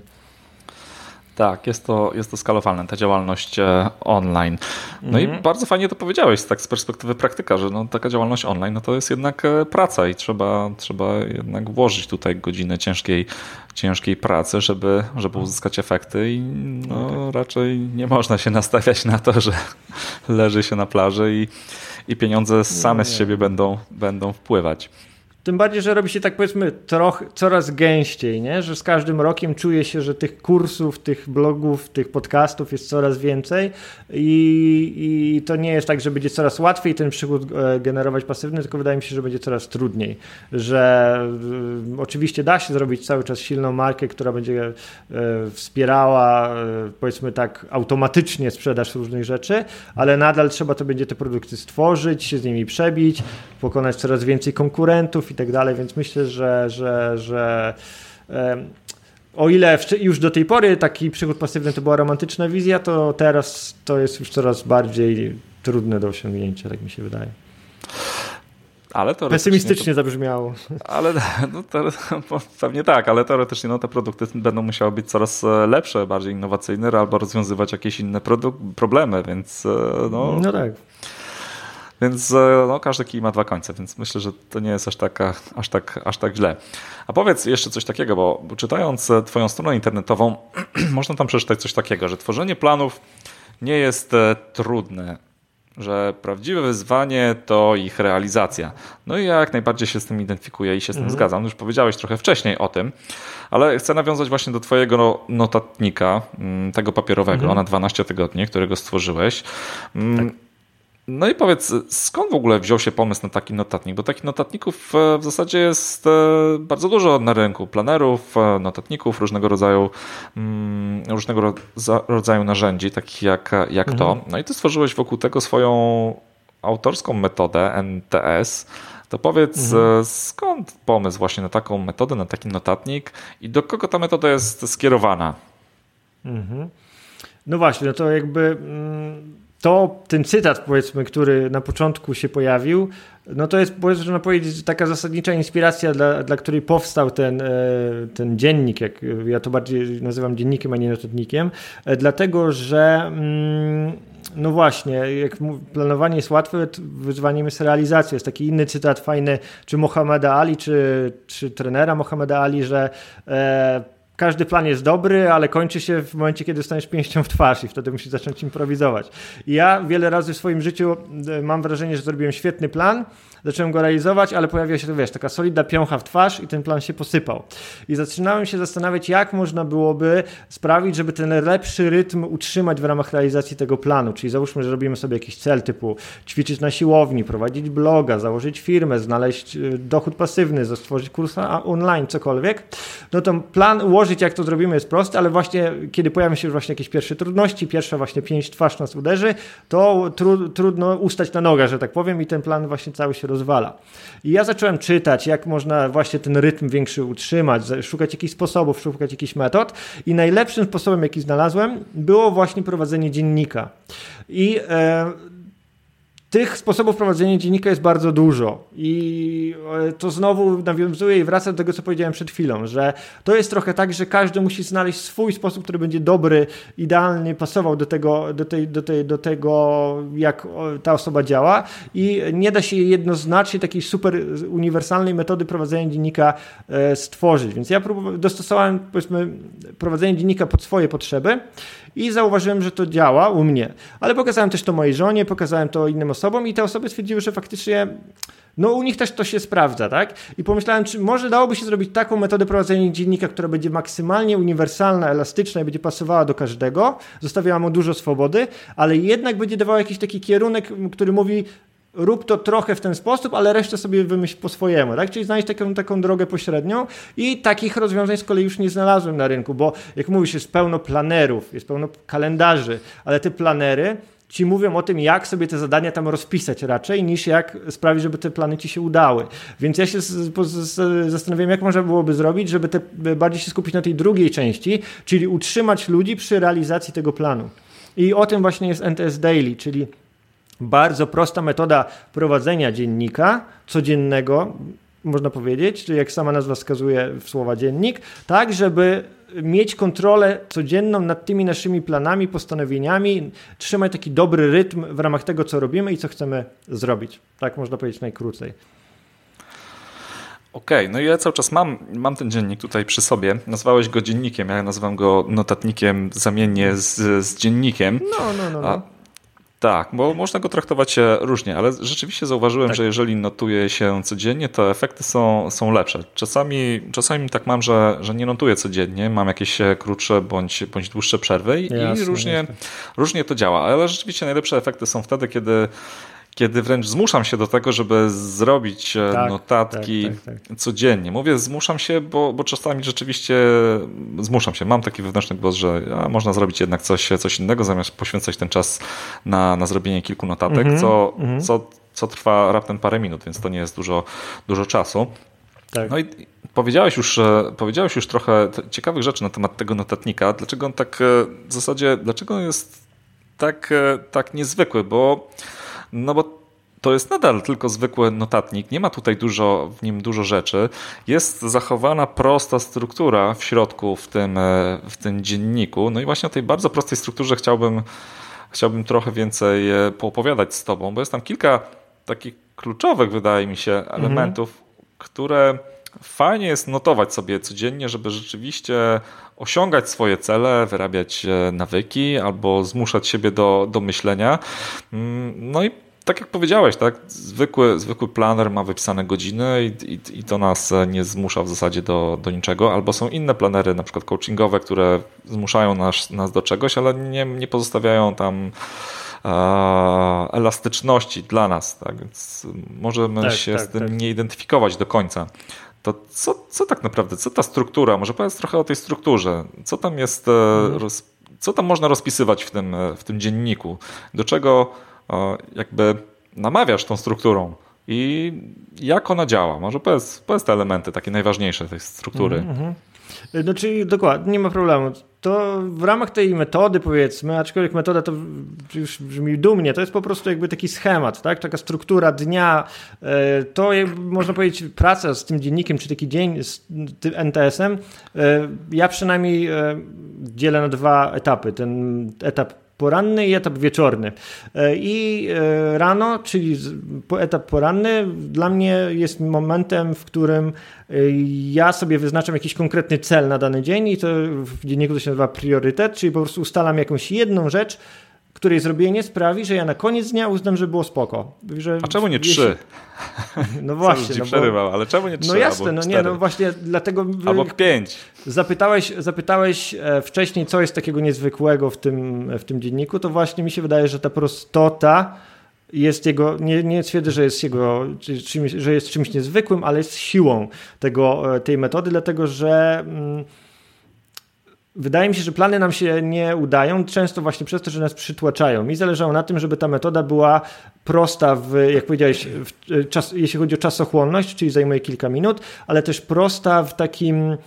Tak, jest to, jest to skalowalne, ta działalność online. No mm. i bardzo fajnie to powiedziałeś tak z perspektywy praktyka, że no, taka działalność online no to jest jednak praca i trzeba, trzeba jednak włożyć tutaj godzinę ciężkiej, ciężkiej pracy, żeby, żeby uzyskać efekty i no, okay. raczej nie można się nastawiać na to, że leży się na plaży i, i pieniądze same z siebie będą, będą wpływać. Tym bardziej, że robi się tak powiedzmy trochę, coraz gęściej, nie? Że z każdym rokiem czuje się, że tych kursów, tych blogów, tych podcastów jest coraz więcej i, i to nie jest tak, że będzie coraz łatwiej ten przychód generować pasywny, tylko wydaje mi się, że będzie coraz trudniej. Że y, oczywiście da się zrobić cały czas silną markę, która będzie y, wspierała y, powiedzmy tak automatycznie sprzedaż różnych rzeczy, ale nadal trzeba to będzie te produkty stworzyć, się z nimi przebić, pokonać coraz więcej konkurentów i tak dalej, więc myślę, że, że, że um, o ile już do tej pory taki przychód pasywny to była romantyczna wizja, to teraz to jest już coraz bardziej trudne do osiągnięcia, tak mi się wydaje. Ale pesymistycznie to zabrzmiało. Ale no, to, pewnie tak, ale teoretycznie no, te produkty będą musiały być coraz lepsze, bardziej innowacyjne albo rozwiązywać jakieś inne problemy, więc no, no tak. Więc no, każdy kij ma dwa końce, więc myślę, że to nie jest aż tak, aż tak, aż tak źle. A powiedz jeszcze coś takiego, bo czytając twoją stronę internetową, można tam przeczytać coś takiego, że tworzenie planów nie jest trudne, że prawdziwe wyzwanie to ich realizacja. No i ja jak najbardziej się z tym identyfikuję i się z tym mhm. zgadzam. Już powiedziałeś trochę wcześniej o tym, ale chcę nawiązać właśnie do twojego notatnika, tego papierowego mhm. na dwanaście tygodni, którego stworzyłeś. Tak. No i powiedz, skąd w ogóle wziął się pomysł na taki notatnik? Bo takich notatników w zasadzie jest bardzo dużo na rynku. Planerów, notatników, różnego rodzaju różnego rodzaju narzędzi, takich jak, jak mhm. to. No i ty stworzyłeś wokół tego swoją autorską metodę N T S. To powiedz, mhm. skąd pomysł właśnie na taką metodę, na taki notatnik i do kogo ta metoda jest skierowana? Mhm. No właśnie, no to jakby... Mm... To ten cytat, powiedzmy, który na początku się pojawił, no to jest, można powiedzieć, taka zasadnicza inspiracja, dla, dla której powstał ten, ten dziennik, jak ja to bardziej nazywam dziennikiem, a nie notatnikiem, dlatego, że no właśnie, jak planowanie jest łatwe, wyzwaniem jest realizacja. Jest taki inny cytat fajny, czy Mohameda Ali, czy, czy trenera Mohameda Ali, że e, każdy plan jest dobry, ale kończy się w momencie, kiedy dostaniesz pięścią w twarz i wtedy musisz zacząć improwizować. I ja wiele razy w swoim życiu mam wrażenie, że zrobiłem świetny plan, zacząłem go realizować, ale pojawiła się, wiesz, taka solidna piącha w twarz i ten plan się posypał. I zaczynałem się zastanawiać, jak można byłoby sprawić, żeby ten lepszy rytm utrzymać w ramach realizacji tego planu. Czyli załóżmy, że robimy sobie jakiś cel typu ćwiczyć na siłowni, prowadzić bloga, założyć firmę, znaleźć dochód pasywny, stworzyć kurs online, cokolwiek. No to plan ułożyć, jak to zrobimy, jest prosty, ale właśnie kiedy pojawią się już właśnie jakieś pierwsze trudności, pierwsza właśnie pięść w twarz nas uderzy, to tru, trudno ustać na nogę, że tak powiem, i ten plan właśnie cały się rozwala. I ja zacząłem czytać, jak można właśnie ten rytm większy utrzymać, szukać jakichś sposobów, szukać jakichś metod i najlepszym sposobem, jaki znalazłem, było właśnie prowadzenie dziennika. I e, tych sposobów prowadzenia dziennika jest bardzo dużo i to znowu nawiązuje i wraca do tego, co powiedziałem przed chwilą, że to jest trochę tak, że każdy musi znaleźć swój sposób, który będzie dobry, idealnie pasował do tego, do tej, do tej, do tego, jak ta osoba działa i nie da się jednoznacznie takiej super uniwersalnej metody prowadzenia dziennika stworzyć. Więc ja dostosowałem, powiedzmy, prowadzenie dziennika pod swoje potrzeby i zauważyłem, że to działa u mnie. Ale pokazałem też to mojej żonie, pokazałem to innym osobom i te osoby stwierdziły, że faktycznie no u nich też to się sprawdza, tak? I pomyślałem, czy może dałoby się zrobić taką metodę prowadzenia dziennika, która będzie maksymalnie uniwersalna, elastyczna i będzie pasowała do każdego, zostawiała mu dużo swobody, ale jednak będzie dawała jakiś taki kierunek, który mówi: rób to trochę w ten sposób, ale resztę sobie wymyśl po swojemu, tak? Czyli znaleźć taką, taką drogę pośrednią i takich rozwiązań z kolei już nie znalazłem na rynku, bo jak mówisz, jest pełno planerów, jest pełno kalendarzy, ale te planery ci mówią o tym, jak sobie te zadania tam rozpisać raczej, niż jak sprawić, żeby te plany ci się udały. Więc ja się zastanawiam, jak można byłoby zrobić, żeby te, bardziej się skupić na tej drugiej części, czyli utrzymać ludzi przy realizacji tego planu. I o tym właśnie jest N T S Daily, czyli bardzo prosta metoda prowadzenia dziennika codziennego, można powiedzieć, czyli jak sama nazwa wskazuje w słowa dziennik, tak żeby mieć kontrolę codzienną nad tymi naszymi planami, postanowieniami, trzymać taki dobry rytm w ramach tego, co robimy i co chcemy zrobić. Tak można powiedzieć najkrócej. Okej, okay, no i ja cały czas mam, mam ten dziennik tutaj przy sobie. Nazwałeś go dziennikiem, ja nazywam go notatnikiem zamiennie z, z dziennikiem. No, no, no. no. A, tak, bo można go traktować różnie, ale rzeczywiście zauważyłem, tak. że jeżeli notuję się codziennie, to efekty są, są lepsze. Czasami, czasami tak mam, że, że nie notuję codziennie, mam jakieś krótsze bądź, bądź dłuższe przerwy i jasne, różnie, jasne. różnie to działa, ale rzeczywiście najlepsze efekty są wtedy, kiedy kiedy wręcz zmuszam się do tego, żeby zrobić tak, notatki tak, tak, tak. codziennie. Mówię zmuszam się, bo, bo czasami rzeczywiście zmuszam się. Mam taki wewnętrzny głos, że a, można zrobić jednak coś, coś innego, zamiast poświęcać ten czas na, na zrobienie kilku notatek, mm-hmm, co, mm-hmm. co, co trwa raptem parę minut, więc to nie jest dużo, dużo czasu. Tak. No i powiedziałeś już, powiedziałeś już trochę ciekawych rzeczy na temat tego notatnika. Dlaczego on tak w zasadzie, dlaczego on jest tak, tak niezwykły? Bo No bo to jest nadal tylko zwykły notatnik, nie ma tutaj dużo, w nim dużo rzeczy. Jest zachowana prosta struktura w środku w tym, w tym dzienniku. No i właśnie o tej bardzo prostej strukturze chciałbym, chciałbym trochę więcej poopowiadać z tobą, bo jest tam kilka takich kluczowych, wydaje mi się, elementów, mhm. które fajnie jest notować sobie codziennie, żeby rzeczywiście osiągać swoje cele, wyrabiać nawyki albo zmuszać siebie do, do myślenia. No i tak jak powiedziałeś, tak, zwykły, zwykły planer ma wypisane godziny i, i, i to nas nie zmusza w zasadzie do, do niczego. Albo są inne planery, na przykład coachingowe, które zmuszają nas, nas do czegoś, ale nie, nie pozostawiają tam elastyczności dla nas, tak? Więc możemy tak, się tak, z tym tak. nie identyfikować do końca. To co, co tak naprawdę, co ta struktura, może powiedz trochę o tej strukturze, co tam jest, mhm. roz, co tam można rozpisywać w tym, w tym dzienniku, do czego jakby namawiasz tą strukturą i jak ona działa, może powiedz, powiedz te elementy takie najważniejsze tej struktury. Mhm. No czyli dokładnie, nie ma problemu. To w ramach tej metody, powiedzmy, aczkolwiek metoda to już brzmi dumnie, to jest po prostu jakby taki schemat, tak? Taka struktura dnia, to można powiedzieć praca z tym dziennikiem, czy taki dzień z tym N T S-em, ja przynajmniej dzielę na dwa etapy. Ten etap poranny i etap wieczorny. I rano, czyli etap poranny dla mnie jest momentem, w którym ja sobie wyznaczam jakiś konkretny cel na dany dzień i to w dzienniku to się nazywa priorytet, czyli po prostu ustalam jakąś jedną rzecz, której zrobienie sprawi, że ja na koniec dnia uznam, że było spoko. Że A czemu nie jeśli... trzy? No właśnie. Ci no przerywał, ale czemu nie trzy? No jasne, albo no cztery? nie, no właśnie dlatego... Albo pięć. Zapytałeś, zapytałeś wcześniej, co jest takiego niezwykłego w tym, w tym dzienniku, to właśnie mi się wydaje, że ta prostota jest jego, nie, nie twierdzę, że jest jego, czymś, że jest czymś niezwykłym, ale jest siłą tego, tej metody, dlatego że mm, wydaje mi się, że plany nam się nie udają, często właśnie przez to, że nas przytłaczają. Mi zależało na tym, żeby ta metoda była prosta, w, jak powiedziałeś, w czas, jeśli chodzi o czasochłonność, czyli zajmuje kilka minut, ale też prosta w takim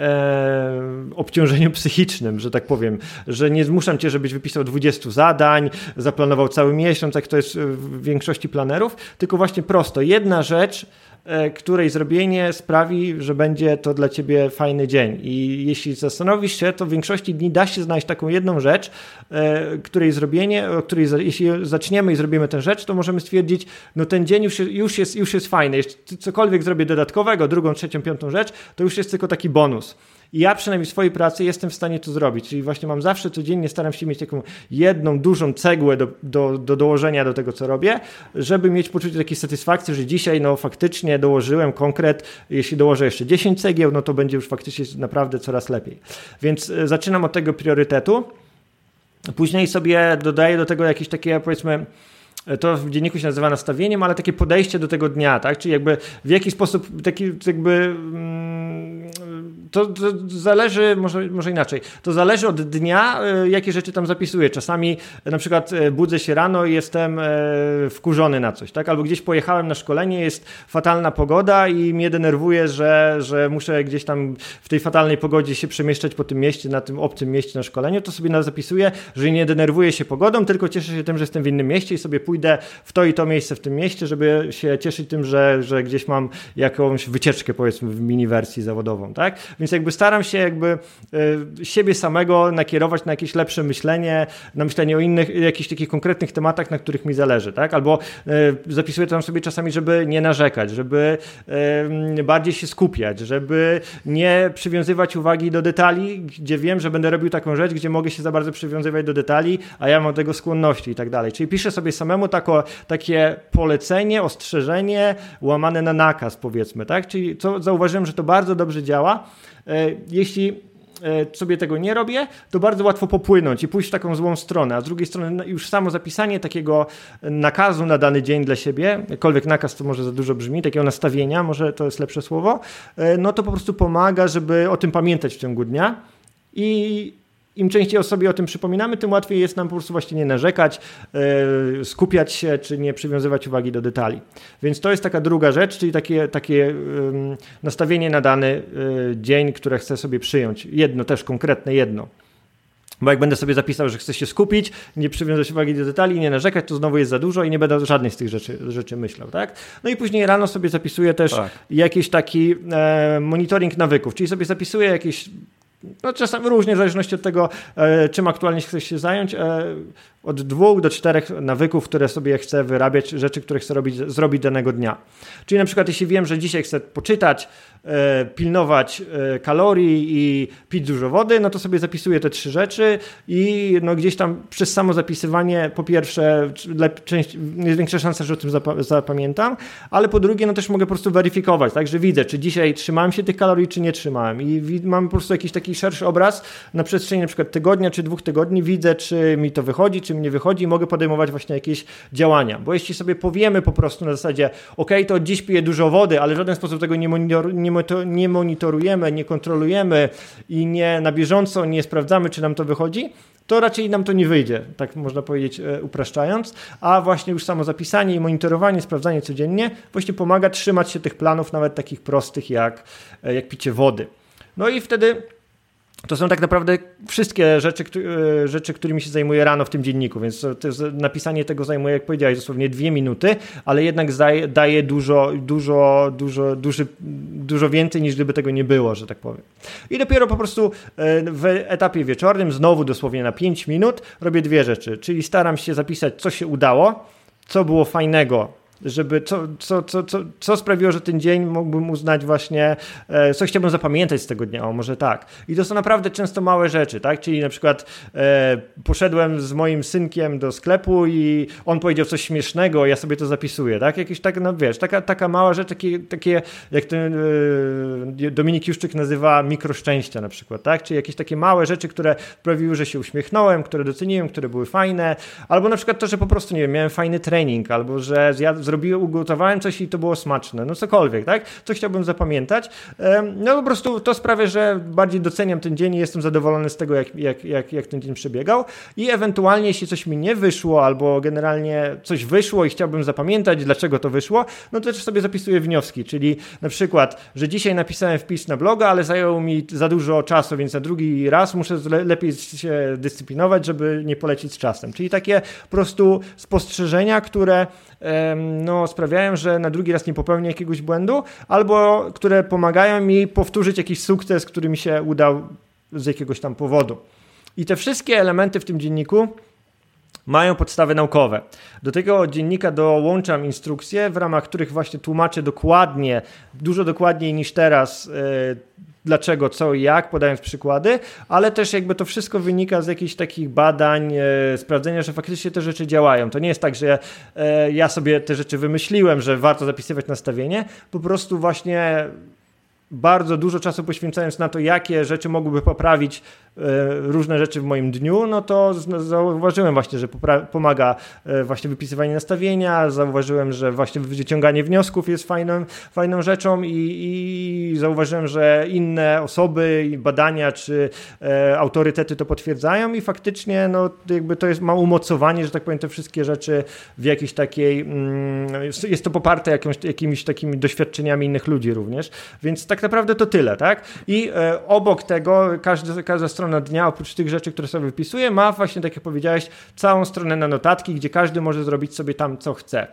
e, obciążeniu psychicznym, że tak powiem, że nie zmuszam cię, żebyś wypisał dwadzieścia zadań, zaplanował cały miesiąc, jak to jest w większości planerów, tylko właśnie prosto. Jedna rzecz, której zrobienie sprawi, że będzie to dla ciebie fajny dzień. I jeśli zastanowisz się, to w większości dni da się znaleźć taką jedną rzecz, której zrobienie, o której jeśli zaczniemy i zrobimy tę rzecz, to możemy stwierdzić, no ten dzień już, już, jest, już jest fajny. Jeśli cokolwiek zrobię dodatkowego, drugą, trzecią, piątą rzecz, to już jest tylko taki bonus. I ja przynajmniej w swojej pracy jestem w stanie to zrobić. Czyli właśnie mam zawsze codziennie, staram się mieć taką jedną dużą cegłę do, do, do dołożenia do tego, co robię, żeby mieć poczucie takiej satysfakcji, że dzisiaj no faktycznie dołożyłem konkret. Jeśli dołożę jeszcze dziesięć cegieł, no to będzie już faktycznie naprawdę coraz lepiej. Więc zaczynam od tego priorytetu. Później sobie dodaję do tego jakieś takie, powiedzmy, to w dzienniku się nazywa nastawieniem, ale takie podejście do tego dnia, tak? Czyli jakby w jaki sposób taki jakby to, to zależy, może, może inaczej, to zależy od dnia, jakie rzeczy tam zapisuję. Czasami na przykład budzę się rano i jestem wkurzony na coś, tak? Albo gdzieś pojechałem na szkolenie, jest fatalna pogoda i mnie denerwuje, że, że muszę gdzieś tam w tej fatalnej pogodzie się przemieszczać po tym mieście, na tym obcym mieście na szkoleniu, to sobie zapisuję, że nie denerwuję się pogodą, tylko cieszę się tym, że jestem w innym mieście i sobie pójdę w to i to miejsce w tym mieście, żeby się cieszyć tym, że, że gdzieś mam jakąś wycieczkę, powiedzmy, w mini wersji zawodową, tak? Więc jakby staram się jakby y, siebie samego nakierować na jakieś lepsze myślenie, na myślenie o innych, jakichś takich konkretnych tematach, na których mi zależy, tak? Albo y, zapisuję tam sobie czasami, żeby nie narzekać, żeby y, bardziej się skupiać, żeby nie przywiązywać uwagi do detali, gdzie wiem, że będę robił taką rzecz, gdzie mogę się za bardzo przywiązywać do detali, a ja mam do tego skłonności i tak dalej. Czyli piszę sobie samemu tako, takie polecenie, ostrzeżenie łamane na nakaz, powiedzmy, tak? Czyli co zauważyłem, że to bardzo dobrze działa. Jeśli sobie tego nie robię, to bardzo łatwo popłynąć i pójść w taką złą stronę, a z drugiej strony już samo zapisanie takiego nakazu na dany dzień dla siebie, jakkolwiek nakaz to może za dużo brzmi, takiego nastawienia, może to jest lepsze słowo, no to po prostu pomaga, żeby o tym pamiętać w ciągu dnia i im częściej o sobie o tym przypominamy, tym łatwiej jest nam po prostu właśnie nie narzekać, yy, skupiać się, czy nie przywiązywać uwagi do detali. Więc to jest taka druga rzecz, czyli takie, takie yy, nastawienie na dany yy, dzień, które chcę sobie przyjąć. Jedno też, konkretne jedno. Bo jak będę sobie zapisał, że chcę się skupić, nie przywiązać uwagi do detali, nie narzekać, to znowu jest za dużo i nie będę żadnej z tych rzeczy, rzeczy myślał, tak? No i później rano sobie zapisuję też tak. jakiś taki e, monitoring nawyków, czyli sobie zapisuję jakieś, no czasami różnie, w zależności od tego, e, czym aktualnie chcesz się zająć, e, od dwóch do czterech nawyków, które sobie chcę wyrabiać, rzeczy, które chcę robić, zrobić danego dnia. Czyli na przykład jeśli wiem, że dzisiaj chcę poczytać, e, pilnować e, kalorii i pić dużo wody, no to sobie zapisuję te trzy rzeczy i no gdzieś tam przez samo zapisywanie po pierwsze część, jest większa szansa, że o tym zap- zapamiętam, ale po drugie no też mogę po prostu weryfikować, tak, że widzę, czy dzisiaj trzymałem się tych kalorii, czy nie trzymałem i wi- mam po prostu jakiś taki szerszy obraz na przestrzeni na przykład tygodnia czy dwóch tygodni, widzę, czy mi to wychodzi, czy mi nie wychodzi i mogę podejmować właśnie jakieś działania, bo jeśli sobie powiemy po prostu na zasadzie, ok, to dziś piję dużo wody, ale w żaden sposób tego nie, monitor, nie, nie monitorujemy, nie kontrolujemy i nie na bieżąco nie sprawdzamy, czy nam to wychodzi, to raczej nam to nie wyjdzie, tak można powiedzieć e, upraszczając, a właśnie już samo zapisanie i monitorowanie, sprawdzanie codziennie właśnie pomaga trzymać się tych planów, nawet takich prostych jak, e, jak picie wody. No i wtedy to są tak naprawdę wszystkie rzeczy, rzeczy, którymi się zajmuję rano w tym dzienniku, więc to, to napisanie tego zajmuje, jak powiedziałeś, dosłownie dwie minuty, ale jednak daje, daje dużo, dużo, dużo, duży, dużo więcej niż gdyby tego nie było, że tak powiem. I dopiero po prostu w etapie wieczornym, znowu dosłownie na pięć minut, robię dwie rzeczy, czyli staram się zapisać, co się udało, co było fajnego, żeby co, co, co, co, co sprawiło, że ten dzień mógłbym uznać właśnie, e, co chciałbym zapamiętać z tego dnia, o może tak. I to są naprawdę często małe rzeczy, tak? Czyli na przykład e, poszedłem z moim synkiem do sklepu i on powiedział coś śmiesznego, ja sobie to zapisuję, tak? Jakieś tak, no wiesz, taka, taka mała rzecz, takie, takie jak ten e, Dominik Juszczyk nazywa mikroszczęścia na przykład, tak? Czyli jakieś takie małe rzeczy, które sprawiły, że się uśmiechnąłem, które doceniłem, które były fajne, albo na przykład to, że po prostu, nie wiem, miałem fajny trening, albo że zjadłem zrobiłem, ugotowałem coś i to było smaczne, no cokolwiek, tak? Co chciałbym zapamiętać. No po prostu to sprawia, że bardziej doceniam ten dzień i jestem zadowolony z tego, jak, jak, jak, jak ten dzień przebiegał i ewentualnie, jeśli coś mi nie wyszło albo generalnie coś wyszło i chciałbym zapamiętać, dlaczego to wyszło, no to też sobie zapisuję wnioski, czyli na przykład, że dzisiaj napisałem wpis na bloga, ale zajął mi za dużo czasu, więc na drugi raz muszę le- lepiej się dyscyplinować, żeby nie polecieć z czasem. Czyli takie po prostu spostrzeżenia, które no, sprawiają, że na drugi raz nie popełnię jakiegoś błędu, albo które pomagają mi powtórzyć jakiś sukces, który mi się udał z jakiegoś tam powodu. I te wszystkie elementy w tym dzienniku mają podstawy naukowe. Do tego dziennika dołączam instrukcje, w ramach których właśnie tłumaczę dokładnie, dużo dokładniej niż teraz, yy, dlaczego, co i jak, podając przykłady, ale też jakby to wszystko wynika z jakichś takich badań, e, sprawdzenia, że faktycznie te rzeczy działają. To nie jest tak, że e, ja sobie te rzeczy wymyśliłem, że warto zapisywać nastawienie, po prostu właśnie bardzo dużo czasu poświęcając na to, jakie rzeczy mogłyby poprawić e, różne rzeczy w moim dniu, no to zauważyłem właśnie, że popra- pomaga e, właśnie wypisywanie nastawienia, zauważyłem, że właśnie wyciąganie wniosków jest fajną, fajną rzeczą i, i zauważyłem, że inne osoby i badania czy e, autorytety to potwierdzają i faktycznie no, jakby to jest, ma umocowanie, że tak powiem, te wszystkie rzeczy w jakiejś takiej, mm, jest to poparte jakąś, jakimiś takimi doświadczeniami innych ludzi również, więc tak naprawdę to tyle, tak? I e, obok tego każda, każda strona dnia, oprócz tych rzeczy, które sobie wypisuję, ma właśnie, tak jak powiedziałeś, całą stronę na notatki, gdzie każdy może zrobić sobie tam, co chce.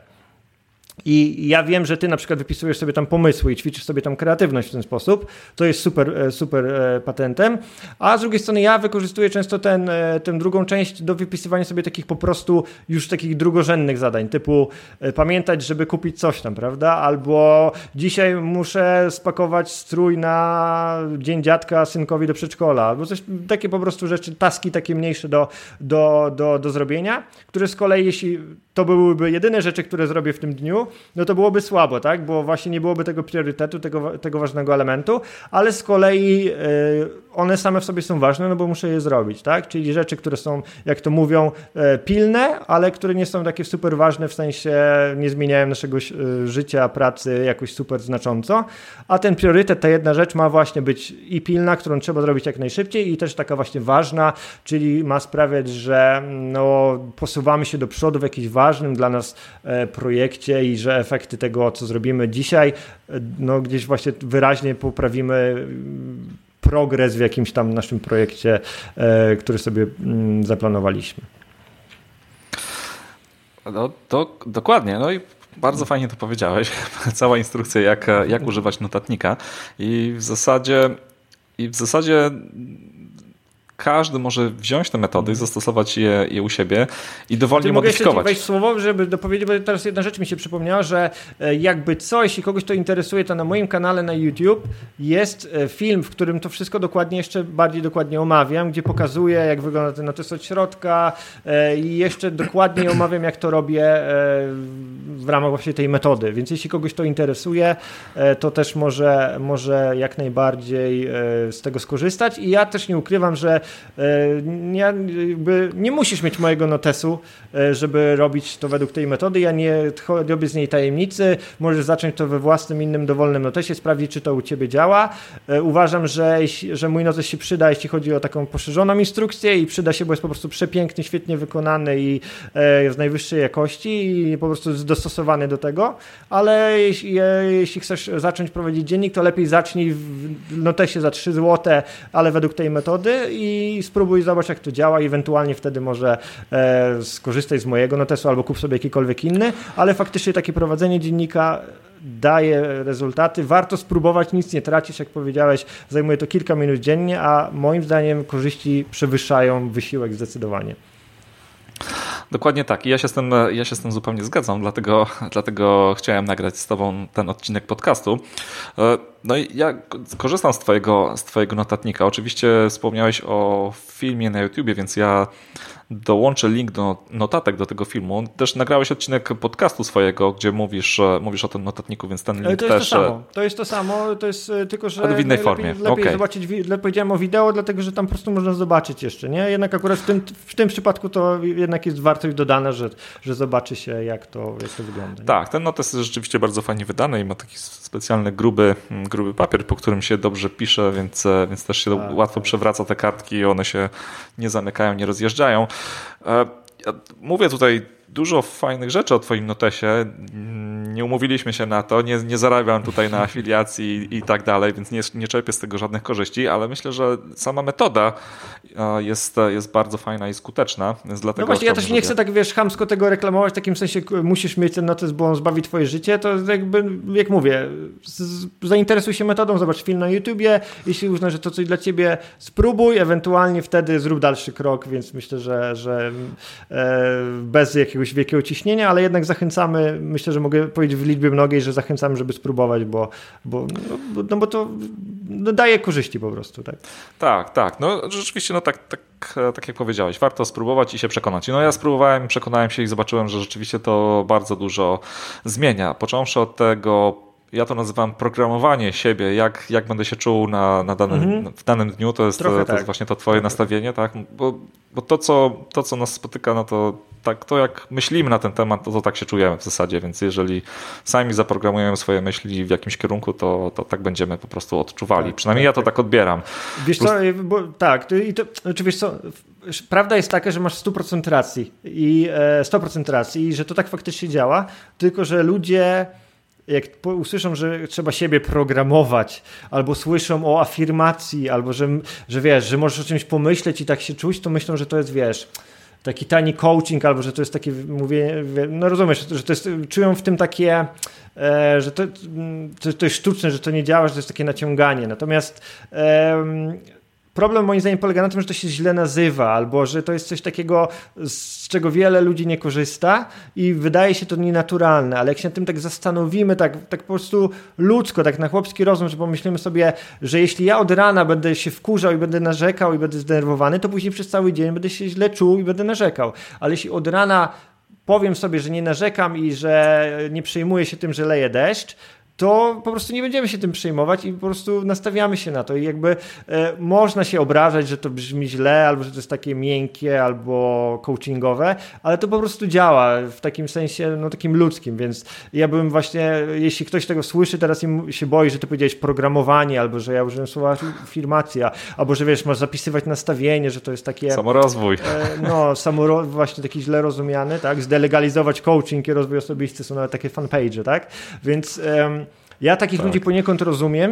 I ja wiem, że ty na przykład wypisujesz sobie tam pomysły i ćwiczysz sobie tam kreatywność w ten sposób. To jest super, super patentem. A z drugiej strony ja wykorzystuję często ten, tę drugą część do wypisywania sobie takich po prostu już takich drugorzędnych zadań, typu pamiętać, żeby kupić coś tam, prawda? Albo dzisiaj muszę spakować strój na dzień dziadka synkowi do przedszkola, albo coś, takie po prostu rzeczy, taski takie mniejsze do, do, do, do zrobienia, które z kolei, jeśli to byłyby jedyne rzeczy, które zrobię w tym dniu, no to byłoby słabo, tak? Bo właśnie nie byłoby tego priorytetu, tego, tego ważnego elementu, ale z kolei yy, one same w sobie są ważne, no bo muszę je zrobić, tak? Czyli rzeczy, które są, jak to mówią, yy, pilne, ale które nie są takie super ważne, w sensie nie zmieniają naszego yy, życia, pracy jakoś super znacząco, a ten priorytet, ta jedna rzecz ma właśnie być i pilna, którą trzeba zrobić jak najszybciej i też taka właśnie ważna, czyli ma sprawiać, że no, posuwamy się do przodu w jakiś ważnym dla nas yy, projekcie i że efekty tego, co zrobimy dzisiaj, no gdzieś właśnie wyraźnie poprawimy progres w jakimś tam naszym projekcie, który sobie zaplanowaliśmy. No, to dokładnie. No i bardzo fajnie to powiedziałeś. Cała instrukcja, jak, jak używać notatnika. I w zasadzie, i w zasadzie każdy może wziąć te metody i zastosować je, je u siebie i dowolnie mogę modyfikować. Mogę jeszcze słowo, żeby dopowiedzieć, bo teraz jedna rzecz mi się przypomniała, że jakby co, jeśli kogoś to interesuje, to na moim kanale na YouTube jest film, w którym to wszystko dokładnie, jeszcze bardziej dokładnie omawiam, gdzie pokazuję, jak wygląda ten notes od środka i jeszcze dokładniej omawiam, jak to robię w ramach właśnie tej metody. Więc jeśli kogoś to interesuje, to też może, może jak najbardziej z tego skorzystać. I ja też nie ukrywam, że Nie, jakby nie musisz mieć mojego notesu, żeby robić to według tej metody. Ja nie robię z niej tajemnicy. Możesz zacząć to we własnym, innym, dowolnym notesie, sprawdzić, czy to u ciebie działa. Uważam, że, że mój notes się przyda, jeśli chodzi o taką poszerzoną instrukcję i przyda się, bo jest po prostu przepiękny, świetnie wykonany i z najwyższej jakości i po prostu dostosowany do tego. Ale jeśli, jeśli chcesz zacząć prowadzić dziennik, to lepiej zacznij w notesie za trzy złote, ale według tej metody i spróbuj, zobacz, jak to działa i ewentualnie wtedy może e, skorzystaj z mojego notesu albo kup sobie jakikolwiek inny, ale faktycznie takie prowadzenie dziennika daje rezultaty. Warto spróbować, nic nie tracisz, jak powiedziałeś, zajmuje to kilka minut dziennie, a moim zdaniem korzyści przewyższają wysiłek zdecydowanie. Dokładnie tak. I ja się z tym, ja się z tym zupełnie zgadzam, dlatego, dlatego chciałem nagrać z tobą ten odcinek podcastu. No i ja korzystam z twojego, z twojego notatnika. Oczywiście wspomniałeś o filmie na YouTubie, więc ja dołączę link do notatek do tego filmu. Też nagrałeś odcinek podcastu swojego, gdzie mówisz, mówisz o tym notatniku, więc ten link to też... Jest to, samo. to jest to samo, to jest tylko, że ale w innej lepiej, formie. lepiej okay. zobaczyć, powiedziałem o wideo, dlatego, że tam po prostu można zobaczyć jeszcze, nie? Jednak akurat w tym, w tym przypadku to jednak jest wartość dodana, że, że zobaczy się, jak to, jak to wygląda. Nie? Tak, ten notes jest rzeczywiście bardzo fajnie wydany i ma taki specjalny gruby, gruby papier, po którym się dobrze pisze, więc, więc też się tak, łatwo tak. przewraca te kartki i one się nie zamykają, nie rozjeżdżają. Ja mówię tutaj dużo fajnych rzeczy o twoim notesie. Nie umówiliśmy się na to, nie, nie zarabiam tutaj na afiliacji i, i tak dalej, więc nie, nie czerpię z tego żadnych korzyści, ale myślę, że sama metoda jest, jest bardzo fajna i skuteczna. Więc dlatego no właśnie, ja też nie chcę tak, wiesz, chamsko tego reklamować, w takim sensie musisz mieć ten notes, bo on zbawi twoje życie, to jakby, jak mówię, z, zainteresuj się metodą, zobacz film na YouTubie, jeśli uznasz, że to coś dla ciebie, spróbuj, ewentualnie wtedy zrób dalszy krok, więc myślę, że, że e, bez jakiegoś wielkiego ciśnienia, ale jednak zachęcamy, myślę, że mogę powiedzieć w liczbie mnogiej, że zachęcamy, żeby spróbować, bo, bo, no, no bo to no, daje korzyści po prostu. Tak, tak. tak. No rzeczywiście, no tak, tak, tak jak powiedziałeś, warto spróbować i się przekonać. No ja spróbowałem, przekonałem się i zobaczyłem, że rzeczywiście to bardzo dużo zmienia. Począwszy od tego, ja to nazywam programowanie siebie, jak, jak będę się czuł na, na danym, mhm. w danym dniu, to jest, to, tak. to jest właśnie to twoje Trochę nastawienie, tak? Bo, bo to, co, to, co nas spotyka, no to tak, to jak myślimy na ten temat, to, to tak się czujemy w zasadzie, więc jeżeli sami zaprogramujemy swoje myśli w jakimś kierunku, to, to tak będziemy po prostu odczuwali. Tak, Przynajmniej tak, ja to tak, tak odbieram. Wiesz co, bo, tak, i to, czy wiesz co, prawda jest taka, że masz sto procent racji i sto procent racji i że to tak faktycznie działa, tylko że ludzie jak usłyszą, że trzeba siebie programować, albo słyszą o afirmacji, albo że, że wiesz, że możesz o czymś pomyśleć i tak się czuć, to myślą, że to jest, wiesz, taki tani coaching, albo że to jest takie mówienie, no rozumiesz, że to jest, czują w tym takie, e, że to, to, to jest sztuczne, że to nie działa, że to jest takie naciąganie. Natomiast e, problem moim zdaniem polega na tym, że to się źle nazywa, albo że to jest coś takiego, z czego wiele ludzi nie korzysta i wydaje się to nienaturalne, ale jak się nad tym tak zastanowimy, tak, tak po prostu ludzko, tak na chłopski rozum, że pomyślimy sobie, że jeśli ja od rana będę się wkurzał i będę narzekał i będę zdenerwowany, to później przez cały dzień będę się źle czuł i będę narzekał. Ale jeśli od rana powiem sobie, że nie narzekam i że nie przejmuję się tym, że leje deszcz, to po prostu nie będziemy się tym przejmować i po prostu nastawiamy się na to i jakby e, można się obrażać, że to brzmi źle, albo że to jest takie miękkie, albo coachingowe, ale to po prostu działa w takim sensie, no takim ludzkim, więc ja bym właśnie, jeśli ktoś tego słyszy teraz i się boi, że ty powiedziałeś programowanie, albo że ja użyłem słowa afirmacja, albo że wiesz, masz zapisywać nastawienie, że to jest takie... Samorozwój. E, no, samoro, właśnie taki źle rozumiany, tak? Zdelegalizować coaching i rozwój osobisty, są nawet takie fanpage, tak? Więc... E, Ja takich tak. ludzi poniekąd rozumiem,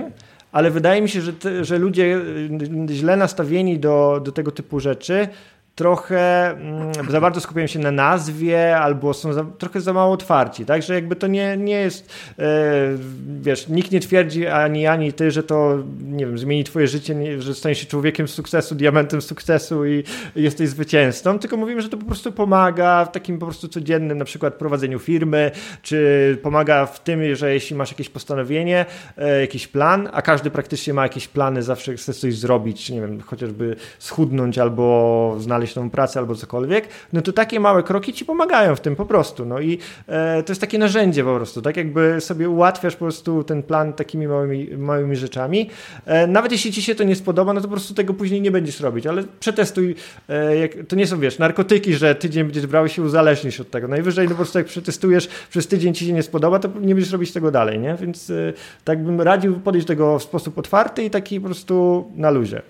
ale wydaje mi się, że, te, że ludzie źle nastawieni do, do tego typu rzeczy trochę mm, za bardzo skupiają się na nazwie albo są za, trochę za mało otwarci, tak, że jakby to nie, nie jest, e, wiesz, nikt nie twierdzi ani ani ty, że to, nie wiem, zmieni twoje życie, nie, że staniesz się człowiekiem sukcesu, diamentem sukcesu i, i jesteś zwycięzcą, tylko mówimy, że to po prostu pomaga w takim po prostu codziennym na przykład prowadzeniu firmy, czy pomaga w tym, że jeśli masz jakieś postanowienie, e, jakiś plan, a każdy praktycznie ma jakieś plany, zawsze chce coś zrobić, nie wiem, chociażby schudnąć albo znaleźć tą pracę albo cokolwiek, no to takie małe kroki ci pomagają w tym po prostu. No i e, to jest takie narzędzie po prostu, tak jakby sobie ułatwiasz po prostu ten plan takimi małymi, małymi rzeczami. E, nawet jeśli ci się to nie spodoba, no to po prostu tego później nie będziesz robić, ale przetestuj. E, jak, to nie są, wiesz, narkotyki, że tydzień będziesz brał i się uzależnisz od tego. Najwyżej no po prostu jak przetestujesz, przez tydzień ci się nie spodoba, to nie będziesz robić tego dalej, nie? Więc e, tak bym radził podejść do tego w sposób otwarty i taki po prostu na luzie.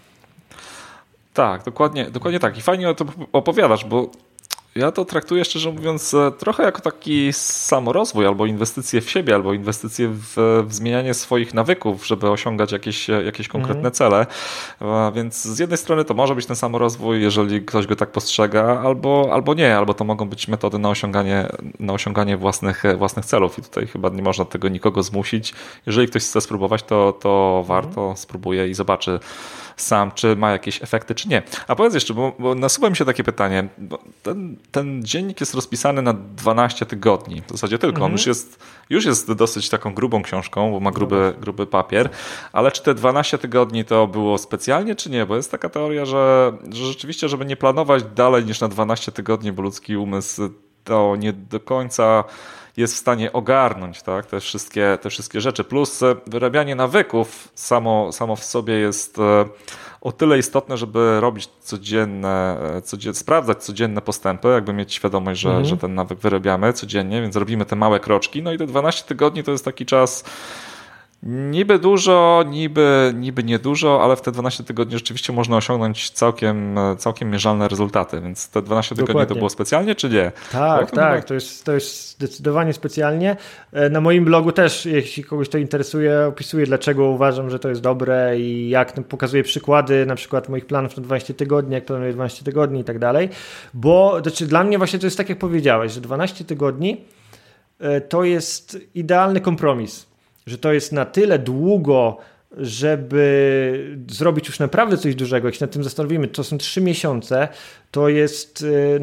Tak, dokładnie, dokładnie tak. I fajnie o tym opowiadasz, bo ja to traktuję, szczerze mówiąc, trochę jako taki samorozwój, albo inwestycje w siebie, albo inwestycje w, w zmienianie swoich nawyków, żeby osiągać jakieś, jakieś konkretne mm. cele. Więc z jednej strony to może być ten samorozwój, jeżeli ktoś go tak postrzega, albo, albo nie, albo to mogą być metody na osiąganie, na osiąganie własnych, własnych celów. I tutaj chyba nie można tego nikogo zmusić. Jeżeli ktoś chce spróbować, to, to warto, mm. spróbuje i zobaczy sam, czy ma jakieś efekty, czy nie. A powiedz jeszcze, bo, bo nasuwa mi się takie pytanie, bo ten, ten dziennik jest rozpisany na dwanaście tygodni, w zasadzie tylko. Mm-hmm. On już jest, już jest dosyć taką grubą książką, bo ma gruby, gruby papier, ale czy te dwanaście tygodni to było specjalnie, czy nie? Bo jest taka teoria, że, że rzeczywiście, żeby nie planować dalej niż na dwanaście tygodni, bo ludzki umysł to nie do końca jest w stanie ogarnąć, tak, te wszystkie, te wszystkie rzeczy. Plus wyrabianie nawyków samo, samo w sobie jest o tyle istotne, żeby robić codzienne, codzienne sprawdzać codzienne postępy, jakby mieć świadomość, że, mhm. że ten nawyk wyrabiamy codziennie, więc robimy te małe kroczki. No i te dwanaście tygodni to jest taki czas niby dużo, niby, niby niedużo, ale w te dwanaście tygodni rzeczywiście można osiągnąć całkiem, całkiem mierzalne rezultaty, więc te dwanaście tygodni Dokładnie. To było specjalnie, czy nie? Tak, tak, to jest, to jest zdecydowanie specjalnie. Na moim blogu też, jeśli kogoś to interesuje, opisuję, dlaczego uważam, że to jest dobre i jak pokazuję przykłady na przykład moich planów na dwanaście tygodni, jak planuję dwanaście tygodni i tak dalej, bo znaczy, dla mnie właśnie to jest tak, jak powiedziałeś, że dwanaście tygodni to jest idealny kompromis. Że to jest na tyle długo, żeby zrobić już naprawdę coś dużego, jak się nad tym zastanowimy, to są trzy miesiące, to jest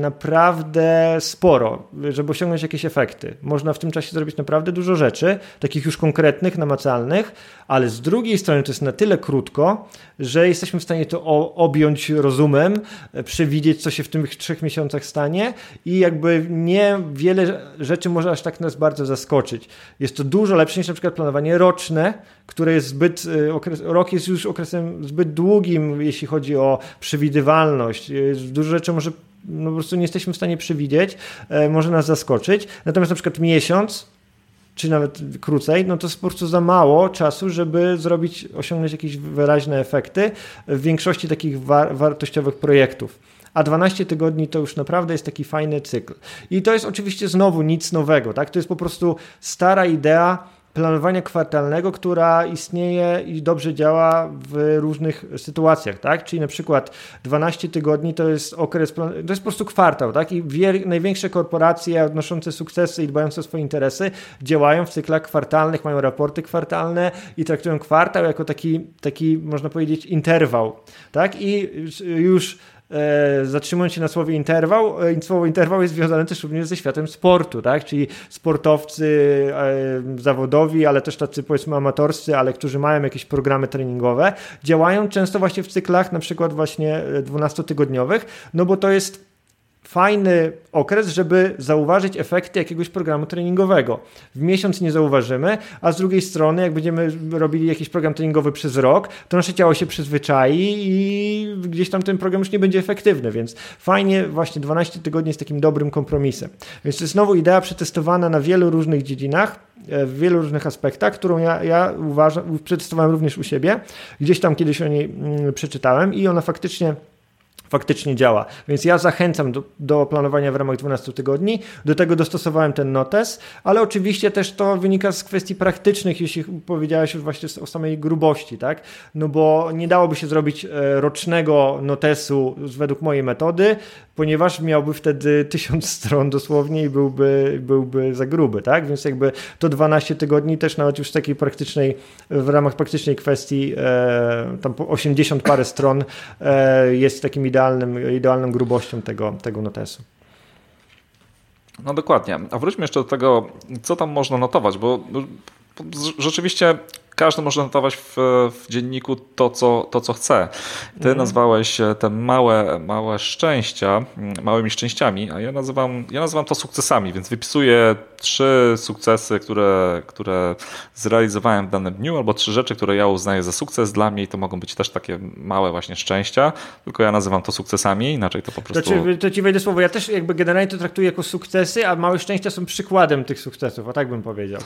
naprawdę sporo, żeby osiągnąć jakieś efekty. Można w tym czasie zrobić naprawdę dużo rzeczy, takich już konkretnych, namacalnych, ale z drugiej strony to jest na tyle krótko, że jesteśmy w stanie to objąć rozumem, przewidzieć, co się w tych trzech miesiącach stanie i jakby nie wiele rzeczy może aż tak nas bardzo zaskoczyć. Jest to dużo lepsze niż na przykład planowanie roczne, które jest zbyt, okres, rok jest już okresem zbyt długim, jeśli chodzi o przewidywalność. Dużo rzeczy może no, po prostu nie jesteśmy w stanie przewidzieć, e, może nas zaskoczyć. Natomiast na przykład miesiąc, czy nawet krócej, no to jest po prostu za mało czasu, żeby zrobić, osiągnąć jakieś wyraźne efekty w większości takich war, wartościowych projektów. A dwanaście tygodni to już naprawdę jest taki fajny cykl. I to jest oczywiście znowu nic nowego, tak? To jest po prostu stara idea planowania kwartalnego, która istnieje i dobrze działa w różnych sytuacjach, tak? Czyli na przykład dwanaście tygodni to jest okres, to jest po prostu kwartał, tak? I wier- największe korporacje odnoszące sukcesy i dbające o swoje interesy działają w cyklach kwartalnych, mają raporty kwartalne i traktują kwartał jako taki, taki można powiedzieć, interwał, tak? I już E, zatrzymując się na słowie interwał, e, słowo interwał jest związane też również ze światem sportu, tak? Czyli sportowcy e, zawodowi, ale też tacy powiedzmy amatorscy, ale którzy mają jakieś programy treningowe, działają często właśnie w cyklach na przykład właśnie dwunastotygodniowych, no bo to jest fajny okres, żeby zauważyć efekty jakiegoś programu treningowego. W miesiąc nie zauważymy, a z drugiej strony, jak będziemy robili jakiś program treningowy przez rok, to nasze ciało się przyzwyczai i gdzieś tam ten program już nie będzie efektywny, więc fajnie właśnie dwanaście tygodni jest takim dobrym kompromisem. Więc to jest znowu idea przetestowana na wielu różnych dziedzinach, w wielu różnych aspektach, którą ja, ja uważam, przetestowałem również u siebie. Gdzieś tam kiedyś o niej mm, przeczytałem i ona faktycznie faktycznie działa. Więc ja zachęcam do, do planowania w ramach dwunastu tygodni. Do tego dostosowałem ten notes, ale oczywiście też to wynika z kwestii praktycznych, jeśli powiedziałeś już właśnie o samej grubości, tak? No bo nie dałoby się zrobić rocznego notesu według mojej metody, ponieważ miałby wtedy tysiąc stron dosłownie i byłby, byłby za gruby, tak? Więc jakby to dwanaście tygodni też nawet już z takiej praktycznej, w ramach praktycznej kwestii e, tam po osiemdziesiąt parę stron e, jest takim idealnym, idealną grubością tego, tego notesu. No dokładnie. A wróćmy jeszcze do tego, co tam można notować, bo rzeczywiście każdy może notować w, w dzienniku to co, to, co chce. Ty mm. nazwałeś te małe, małe szczęścia małymi szczęściami, a ja nazywam, ja nazywam to sukcesami, więc wypisuję trzy sukcesy, które, które zrealizowałem w danym dniu, albo trzy rzeczy, które ja uznaję za sukces. Dla mnie to mogą być też takie małe właśnie szczęścia, tylko ja nazywam to sukcesami, inaczej to po prostu... To ci, to ci wejdę słowo. Ja też jakby generalnie to traktuję jako sukcesy, a małe szczęścia są przykładem tych sukcesów, a tak bym powiedział.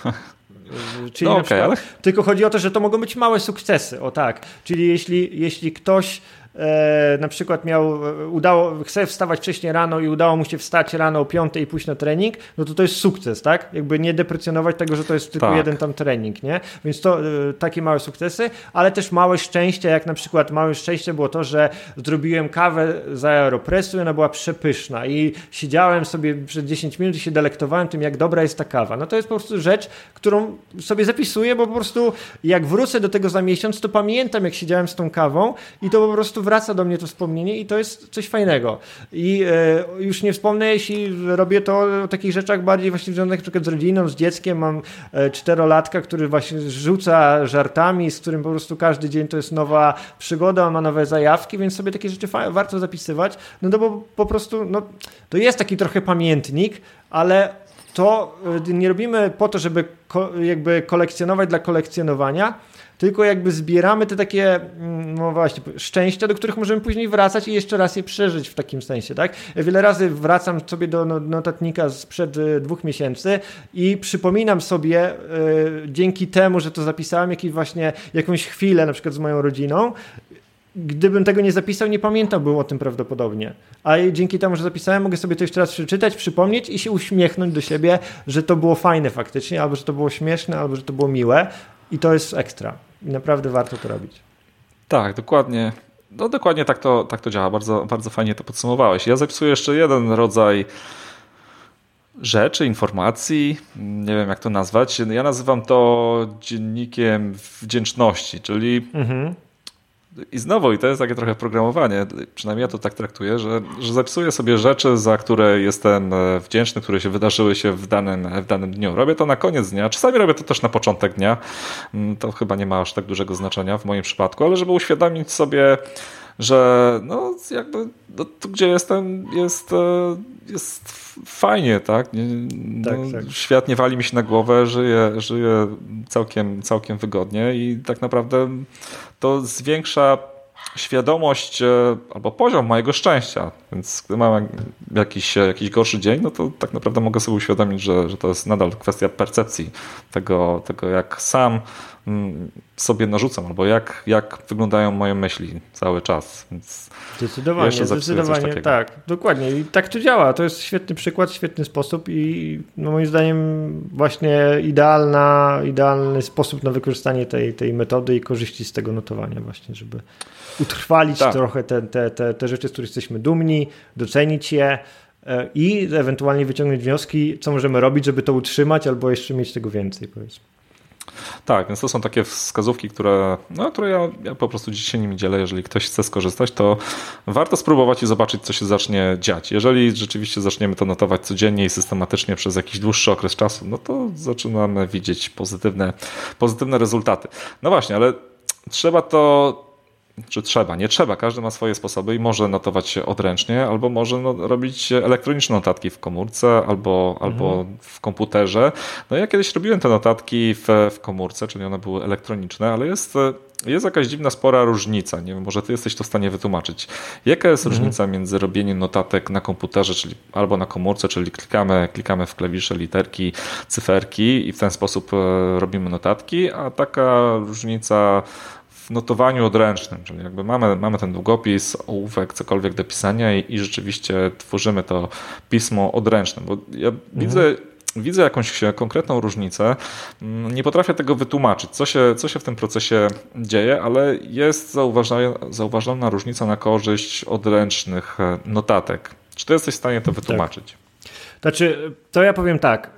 Czyli no na okay, przykład, ale... Tylko chodzi o to, że to mogą być małe sukcesy, o tak. Czyli jeśli, jeśli ktoś e, na przykład miał, udało, chce wstawać wcześniej rano i udało mu się wstać rano o piątej i pójść na trening, no to to jest sukces, tak? Jakby nie deprecjonować tego, że to jest tylko tak. jeden tam trening, nie? Więc to e, takie małe sukcesy, ale też małe szczęścia, jak na przykład małe szczęście było to, że zrobiłem kawę z Aeropressu i ona była przepyszna i siedziałem sobie przez dziesięć minut i się delektowałem tym, jak dobra jest ta kawa. No to jest po prostu rzecz, którą sobie zapisuję, bo po prostu jak wrócę do tego za miesiąc, to pamiętam, jak siedziałem z tą kawą i to po prostu wraca do mnie to wspomnienie i to jest coś fajnego. I e, już nie wspomnę, jeśli robię to o takich rzeczach bardziej właśnie związanych na przykład z rodziną, z dzieckiem. Mam e, czterolatka, który właśnie rzuca żartami, z którym po prostu każdy dzień to jest nowa przygoda, on ma nowe zajawki, więc sobie takie rzeczy fa- warto zapisywać. No to bo po prostu, no to jest taki trochę pamiętnik, ale to nie robimy po to, żeby ko- jakby kolekcjonować dla kolekcjonowania, tylko jakby zbieramy te takie, no właśnie, szczęścia, do których możemy później wracać i jeszcze raz je przeżyć w takim sensie, tak? Ja wiele razy wracam sobie do notatnika sprzed dwóch miesięcy i przypominam sobie y, dzięki temu, że to zapisałem, jakiś właśnie jakąś chwilę na przykład z moją rodziną. Gdybym tego nie zapisał, nie pamiętałbym o tym prawdopodobnie. A dzięki temu, że zapisałem, mogę sobie to jeszcze raz przeczytać, przypomnieć i się uśmiechnąć do siebie, że to było fajne faktycznie, albo że to było śmieszne, albo że to było miłe. I to jest ekstra. I naprawdę warto to robić. Tak, dokładnie. No dokładnie tak to, tak to działa. Bardzo, bardzo fajnie to podsumowałeś. Ja zapisuję jeszcze jeden rodzaj rzeczy, informacji, nie wiem jak to nazwać. Ja nazywam to dziennikiem wdzięczności, czyli mhm. I znowu, i to jest takie trochę programowanie, przynajmniej ja to tak traktuję, że, że zapisuję sobie rzeczy, za które jestem wdzięczny, które się wydarzyły się w danym, w danym dniu. Robię to na koniec dnia, czasami robię to też na początek dnia, to chyba nie ma aż tak dużego znaczenia w moim przypadku, ale żeby uświadomić sobie, że no jakby no, tu gdzie jestem jest, jest fajnie, tak? No, tak, tak. Świat nie wali mi się na głowę, żyję, żyję całkiem, całkiem wygodnie i tak naprawdę to zwiększa świadomość albo poziom mojego szczęścia, więc gdy mam jakiś, jakiś gorszy dzień, no to tak naprawdę mogę sobie uświadomić, że, że to jest nadal kwestia percepcji tego, tego jak sam sobie narzucam, albo jak, jak wyglądają moje myśli cały czas. Więc zdecydowanie, zdecydowanie tak, dokładnie. I tak to działa. To jest świetny przykład, świetny sposób i no moim zdaniem właśnie idealna, idealny sposób na wykorzystanie tej, tej metody i korzyści z tego notowania właśnie, żeby utrwalić tak. trochę te, te, te, te rzeczy, z których jesteśmy dumni, docenić je i ewentualnie wyciągnąć wnioski, co możemy robić, żeby to utrzymać albo jeszcze mieć tego więcej, powiedzmy. Tak, więc to są takie wskazówki, które, no, które ja, ja po prostu dzisiaj nimi dzielę. Jeżeli ktoś chce skorzystać, to warto spróbować i zobaczyć, co się zacznie dziać. Jeżeli rzeczywiście zaczniemy to notować codziennie i systematycznie przez jakiś dłuższy okres czasu, no to zaczynamy widzieć pozytywne, pozytywne rezultaty. No właśnie, ale trzeba to... Czy trzeba? Nie trzeba. Każdy ma swoje sposoby i może notować się odręcznie, albo może no, robić elektroniczne notatki w komórce, albo, mhm. albo w komputerze. No ja kiedyś robiłem te notatki w, w komórce, czyli one były elektroniczne, ale jest, jest jakaś dziwna, spora różnica. Nie wiem, może ty jesteś to w stanie wytłumaczyć. Jaka jest mhm. różnica między robieniem notatek na komputerze, czyli albo na komórce, czyli klikamy, klikamy w klawisze, literki, cyferki i w ten sposób robimy notatki, a taka różnica w notowaniu odręcznym, czyli jakby mamy, mamy ten długopis, ołówek, cokolwiek do pisania i, i rzeczywiście tworzymy to pismo odręczne, bo ja mhm. widzę Widzę jakąś konkretną różnicę. Nie potrafię tego wytłumaczyć, co się, co się w tym procesie dzieje, ale jest zauważalna, zauważalna różnica na korzyść odręcznych notatek. Czy to jesteś w stanie to wytłumaczyć? Tak. Znaczy, to ja powiem tak.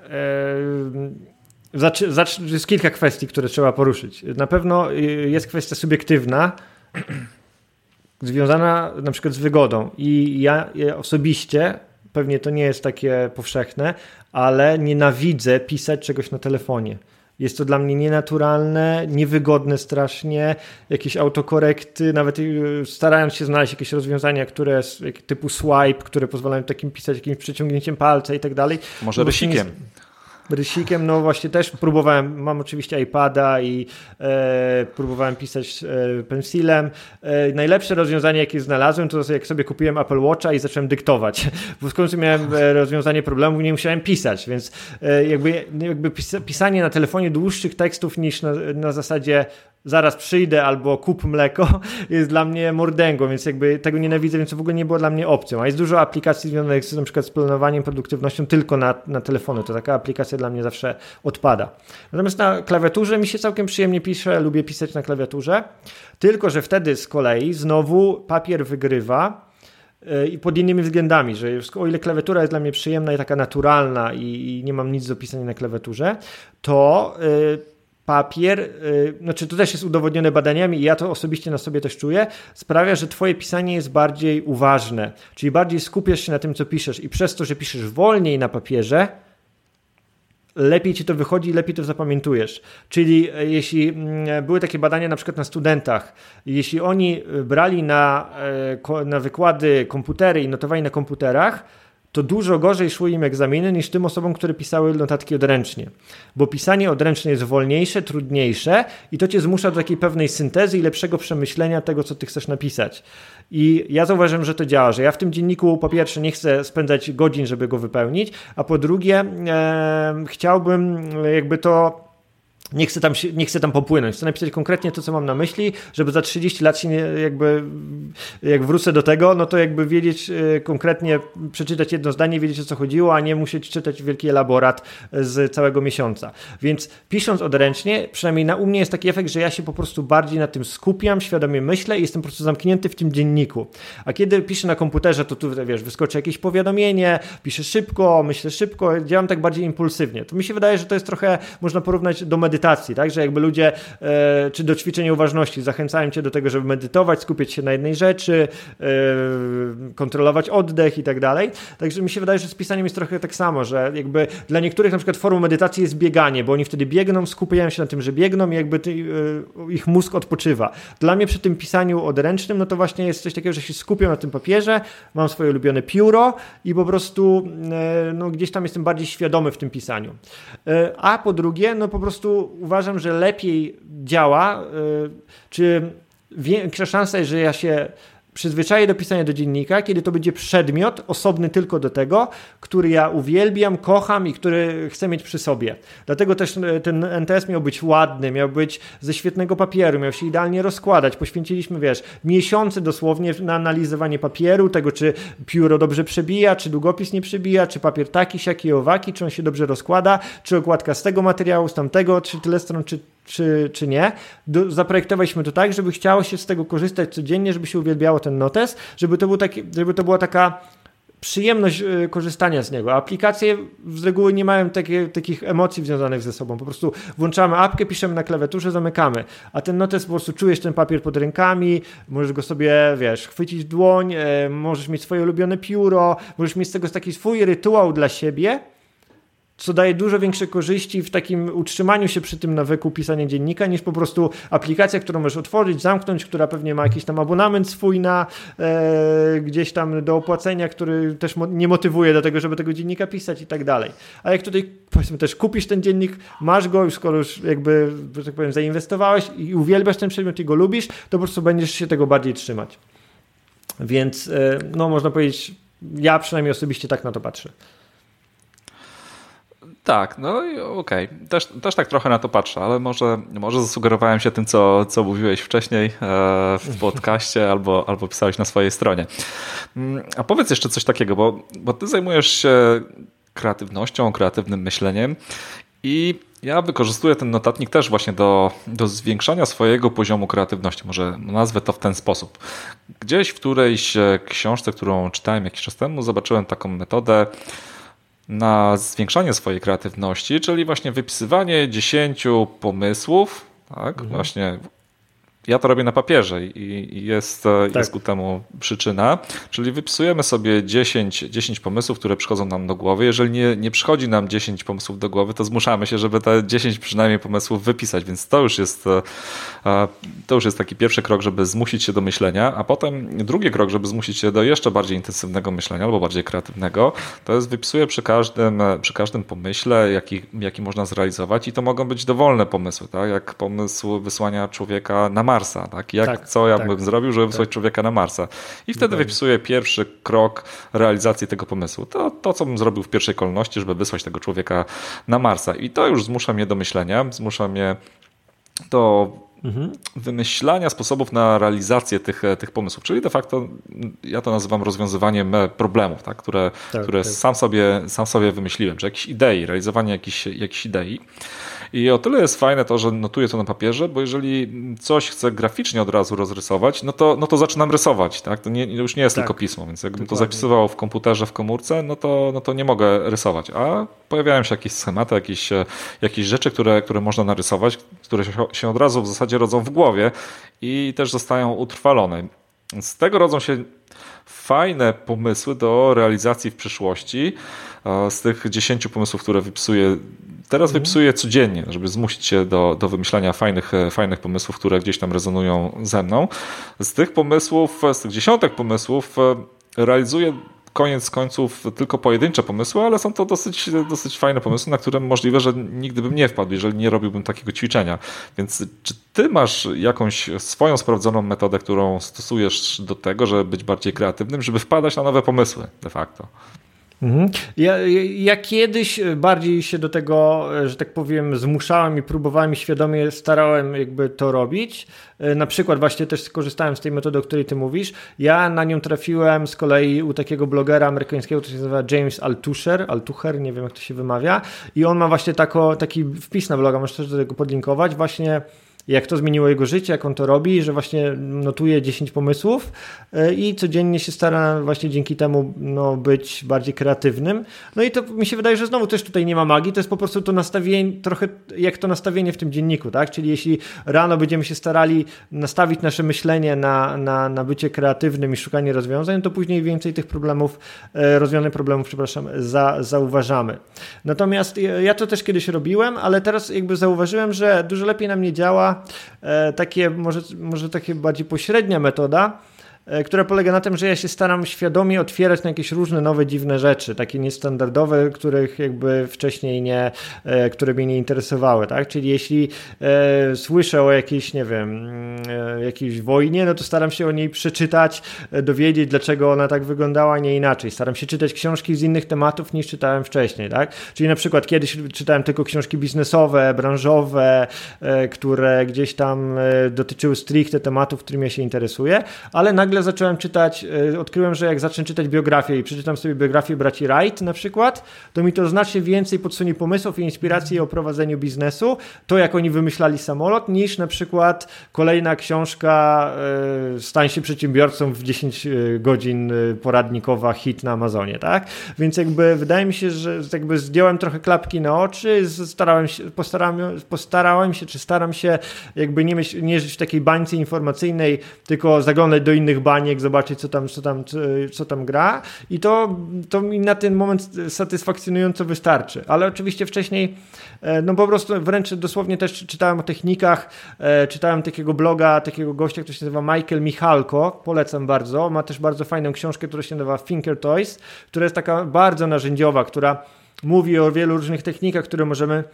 Zacz, zacz, jest kilka kwestii, które trzeba poruszyć. Na pewno jest kwestia subiektywna, związana na przykład z wygodą. I ja, ja osobiście, pewnie to nie jest takie powszechne, ale nienawidzę pisać czegoś na telefonie. Jest to dla mnie nienaturalne, niewygodne strasznie, jakieś autokorekty, nawet starając się znaleźć jakieś rozwiązania, które typu swipe, które pozwalają takim pisać jakimś przeciągnięciem palca i tak dalej. Może rysikiem. Rysikiem, no właśnie też próbowałem, mam oczywiście iPada i e, próbowałem pisać e, pensilem. E, najlepsze rozwiązanie, jakie znalazłem, to jak sobie kupiłem Apple Watcha i zacząłem dyktować. Bo w końcu miałem e, rozwiązanie problemu, nie musiałem pisać, więc e, jakby, jakby pis- pisanie na telefonie dłuższych tekstów niż na, na zasadzie zaraz przyjdę albo kup mleko jest dla mnie mordęgą, więc jakby tego nienawidzę, więc to w ogóle nie było dla mnie opcją. A jest dużo aplikacji związanych z na przykład z planowaniem, produktywnością tylko na, na telefony. To taka aplikacja dla mnie zawsze odpada. Natomiast na klawiaturze mi się całkiem przyjemnie pisze, lubię pisać na klawiaturze, tylko że wtedy z kolei znowu papier wygrywa i pod innymi względami, że o ile klawiatura jest dla mnie przyjemna i taka naturalna i, i nie mam nic do pisania na klawiaturze, to yy, papier, yy, znaczy to też jest udowodnione badaniami i ja to osobiście na sobie też czuję, sprawia, że twoje pisanie jest bardziej uważne, czyli bardziej skupiasz się na tym, co piszesz i przez to, że piszesz wolniej na papierze, lepiej ci to wychodzi, lepiej to zapamiętujesz. Czyli jeśli były takie badania na przykład na studentach, jeśli oni brali na, na wykłady komputery i notowali na komputerach, to dużo gorzej szły im egzaminy niż tym osobom, które pisały notatki odręcznie. Bo pisanie odręczne jest wolniejsze, trudniejsze i to cię zmusza do takiej pewnej syntezy i lepszego przemyślenia tego, co ty chcesz napisać. I ja zauważyłem, że to działa, że ja w tym dzienniku po pierwsze nie chcę spędzać godzin, żeby go wypełnić, a po drugie e, chciałbym jakby to Nie chcę, tam się, nie chcę tam popłynąć. Chcę napisać konkretnie to, co mam na myśli, żeby za trzydzieści lat się nie, jakby, jak wrócę do tego, no to jakby wiedzieć konkretnie, przeczytać jedno zdanie, wiedzieć, o co chodziło, a nie musieć czytać wielki elaborat z całego miesiąca. Więc pisząc odręcznie, przynajmniej na u mnie jest taki efekt, że ja się po prostu bardziej na tym skupiam, świadomie myślę i jestem po prostu zamknięty w tym dzienniku. A kiedy piszę na komputerze, to tu, wiesz, wyskoczy jakieś powiadomienie, piszę szybko, myślę szybko, działam tak bardziej impulsywnie. To mi się wydaje, że to jest trochę, można porównać do medytacji. Tak, że jakby ludzie, e, czy do ćwiczenia uważności, zachęcają cię do tego, żeby medytować, skupiać się na jednej rzeczy, e, kontrolować oddech i tak dalej. Także mi się wydaje, że z pisaniem jest trochę tak samo, że jakby dla niektórych na przykład formą medytacji jest bieganie, bo oni wtedy biegną, skupiają się na tym, że biegną i jakby ty, e, ich mózg odpoczywa. Dla mnie przy tym pisaniu odręcznym, no to właśnie jest coś takiego, że się skupiam na tym papierze, mam swoje ulubione pióro i po prostu e, no, gdzieś tam jestem bardziej świadomy w tym pisaniu. E, a po drugie, no po prostu uważam, że lepiej działa, czy większa szansa jest, że ja się przyzwyczaję do pisania do dziennika, kiedy to będzie przedmiot osobny tylko do tego, który ja uwielbiam, kocham i który chcę mieć przy sobie. Dlatego też ten N T S miał być ładny, miał być ze świetnego papieru, miał się idealnie rozkładać. Poświęciliśmy, wiesz, miesiące dosłownie na analizowanie papieru, tego czy pióro dobrze przebija, czy długopis nie przebija, czy papier taki, siaki, owaki, czy on się dobrze rozkłada, czy okładka z tego materiału, z tamtego, czy tyle stron, czy Czy, czy nie. Do, zaprojektowaliśmy to tak, żeby chciało się z tego korzystać codziennie, żeby się uwielbiało ten notes, żeby to, był taki, żeby to była taka przyjemność y, korzystania z niego. Aplikacje z reguły nie mają takie, takich emocji związanych ze sobą. Po prostu włączamy apkę, piszemy na klawiaturze, zamykamy. A ten notes po prostu czujesz ten papier pod rękami, możesz go sobie, wiesz, chwycić w dłoń, y, możesz mieć swoje ulubione pióro, możesz mieć z tego taki swój rytuał dla siebie, co daje dużo większe korzyści w takim utrzymaniu się przy tym nawyku pisania dziennika, niż po prostu aplikacja, którą możesz otworzyć, zamknąć, która pewnie ma jakiś tam abonament swój na e, gdzieś tam do opłacenia, który też mo- nie motywuje do tego, żeby tego dziennika pisać i tak dalej. A jak tutaj powiedzmy też kupisz ten dziennik, masz go, już skoro już jakby, że tak powiem, zainwestowałeś i uwielbiasz ten przedmiot i go lubisz, to po prostu będziesz się tego bardziej trzymać. Więc e, no można powiedzieć, ja przynajmniej osobiście tak na to patrzę. Tak, no i okej. Okay. Też, też tak trochę na to patrzę, ale może, może zasugerowałem się tym, co, co mówiłeś wcześniej w podcaście albo, albo pisałeś na swojej stronie. A powiedz jeszcze coś takiego, bo, bo ty zajmujesz się kreatywnością, kreatywnym myśleniem i ja wykorzystuję ten notatnik też właśnie do, do zwiększania swojego poziomu kreatywności. Może nazwę to w ten sposób. Gdzieś w którejś książce, którą czytałem jakiś czas temu, zobaczyłem taką metodę na zwiększanie swojej kreatywności, czyli właśnie wypisywanie dziesięciu pomysłów, tak, mhm. właśnie ja to robię na papierze i jest, tak. jest ku temu przyczyna, czyli wypisujemy sobie dziesięć, dziesięć pomysłów, które przychodzą nam do głowy. Jeżeli nie, nie przychodzi nam dziesięć pomysłów do głowy, to zmuszamy się, żeby te dziesięć przynajmniej pomysłów wypisać, więc to już jest to już jest taki pierwszy krok, żeby zmusić się do myślenia, a potem drugi krok, żeby zmusić się do jeszcze bardziej intensywnego myślenia albo bardziej kreatywnego, to jest wypisuję przy każdym, przy każdym pomyśle, jaki, jaki można zrealizować i to mogą być dowolne pomysły, tak? Jak pomysł wysłania człowieka na Marsa, tak? Jak, tak, co ja tak. bym zrobił, żeby wysłać tak. człowieka na Marsa. I wtedy Dokładnie. wypisuję pierwszy krok realizacji tego pomysłu. To, to, co bym zrobił w pierwszej kolejności, żeby wysłać tego człowieka na Marsa. I to już zmusza mnie do myślenia, zmusza mnie do mhm. wymyślania sposobów na realizację tych, tych pomysłów. Czyli de facto ja to nazywam rozwiązywaniem problemów, tak? które, tak, które tak. Sam, sobie, sam sobie wymyśliłem, czy jakichś idei, realizowanie jakichś, jakichś idei. I o tyle jest fajne to, że notuję to na papierze, bo jeżeli coś chcę graficznie od razu rozrysować, no to, no to zaczynam rysować. Tak? To nie, już nie jest tak. tylko pismo, więc jakbym Dokładnie. to zapisywał w komputerze, w komórce, no to, no to nie mogę rysować. A pojawiają się jakieś schematy, jakieś, jakieś rzeczy, które, które można narysować, które się od razu w zasadzie rodzą w głowie i też zostają utrwalone. Z tego rodzą się fajne pomysły do realizacji w przyszłości. Z tych dziesięciu pomysłów, które wypisuję, teraz mhm. wypisuję codziennie, żeby zmusić się do, do wymyślania fajnych, fajnych pomysłów, które gdzieś tam rezonują ze mną. Z tych pomysłów, z tych dziesiątek pomysłów realizuję koniec końców tylko pojedyncze pomysły, ale są to dosyć, dosyć fajne pomysły, na które możliwe, że nigdy bym nie wpadł, jeżeli nie robiłbym takiego ćwiczenia. Więc czy ty masz jakąś swoją sprawdzoną metodę, którą stosujesz do tego, żeby być bardziej kreatywnym, żeby wpadać na nowe pomysły de facto? Mhm. Ja, ja kiedyś bardziej się do tego, że tak powiem, zmuszałem i próbowałem i świadomie starałem jakby to robić. Na przykład właśnie też skorzystałem z tej metody, o której ty mówisz. Ja na nią trafiłem z kolei u takiego blogera amerykańskiego, który się nazywa James Altucher, Altucher, nie wiem jak to się wymawia. I on ma właśnie tako, taki wpis na bloga, możesz też do tego podlinkować, właśnie jak to zmieniło jego życie, jak on to robi, że właśnie notuje dziesięć pomysłów i codziennie się stara właśnie dzięki temu no, być bardziej kreatywnym. No i to mi się wydaje, że znowu też tutaj nie ma magii, to jest po prostu to nastawienie, trochę jak to nastawienie w tym dzienniku, tak? Czyli jeśli rano będziemy się starali nastawić nasze myślenie na, na, na bycie kreatywnym i szukanie rozwiązań, to później więcej tych problemów, rozwiązanych problemów, przepraszam, za, zauważamy. Natomiast ja to też kiedyś robiłem, ale teraz jakby zauważyłem, że dużo lepiej na mnie działa takie, może, może takie bardziej pośrednia metoda, która polega na tym, że ja się staram świadomie otwierać na jakieś różne nowe, dziwne rzeczy, takie niestandardowe, których jakby wcześniej nie, które mnie nie interesowały, tak? Czyli jeśli e, słyszę o jakiejś, nie wiem, e, jakiejś wojnie, no to staram się o niej przeczytać, dowiedzieć, dlaczego ona tak wyglądała, nie inaczej. Staram się czytać książki z innych tematów niż czytałem wcześniej, tak? Czyli na przykład kiedyś czytałem tylko książki biznesowe, branżowe, e, które gdzieś tam e, dotyczyły stricte tematów, którymi ja się interesuję, ale nagle Nagle zacząłem czytać, odkryłem, że jak zacznę czytać biografię i przeczytam sobie biografię braci Wright na przykład, to mi to znacznie więcej podsunie pomysłów i inspiracji o prowadzeniu biznesu, to jak oni wymyślali samolot, niż na przykład kolejna książka Stań się przedsiębiorcą w dziesięć godzin poradnikowa hit na Amazonie, tak? Więc jakby wydaje mi się, że jakby zdjąłem trochę klapki na oczy, starałem się, postarałem, postarałem się, czy staram się jakby nie, myśl, nie żyć w takiej bańce informacyjnej, tylko zaglądać do innych baniek, zobaczyć co tam, co tam, co tam gra i to, to mi na ten moment satysfakcjonująco wystarczy. Ale oczywiście wcześniej no po prostu wręcz dosłownie też czytałem o technikach, czytałem takiego bloga, takiego gościa, który się nazywa Michael Michalko, polecam bardzo, ma też bardzo fajną książkę, która się nazywa Thinker Toys, która jest taka bardzo narzędziowa, która mówi o wielu różnych technikach, które możemy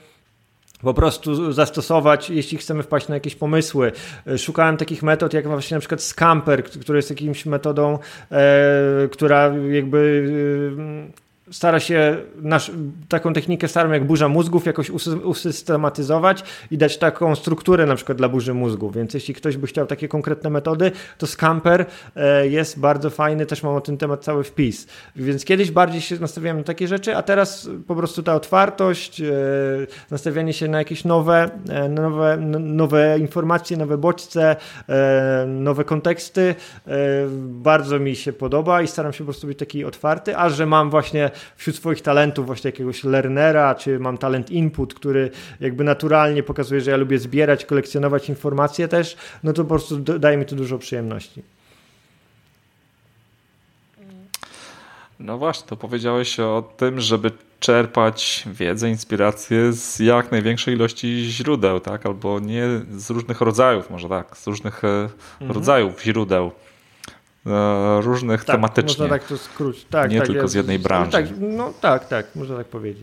po prostu zastosować, jeśli chcemy wpaść na jakieś pomysły. Szukałem takich metod, jak właśnie na przykład Scamper, który jest jakimś metodą, e, która jakby stara się nasz, taką technikę starą jak burza mózgów jakoś usystematyzować i dać taką strukturę na przykład dla burzy mózgów, więc jeśli ktoś by chciał takie konkretne metody, to Scamper jest bardzo fajny, też mam o tym temat cały wpis, więc kiedyś bardziej się nastawiałem na takie rzeczy, a teraz po prostu ta otwartość, nastawianie się na jakieś nowe, nowe, nowe informacje, nowe bodźce, nowe konteksty, bardzo mi się podoba i staram się po prostu być taki otwarty, a że mam właśnie wśród swoich talentów właśnie jakiegoś learnera, czy mam talent input, który jakby naturalnie pokazuje, że ja lubię zbierać, kolekcjonować informacje też, no to po prostu daje mi to dużo przyjemności. No właśnie, to powiedziałeś o tym, żeby czerpać wiedzę, inspirację z jak największej ilości źródeł, tak? Albo nie z różnych rodzajów, może tak, z różnych mhm. rodzajów źródeł. Różnych tak, tematycznie. Można tak to skrócić. Tak, nie tak, tylko ja, z jednej branży. Tak, no tak, tak, można tak powiedzieć.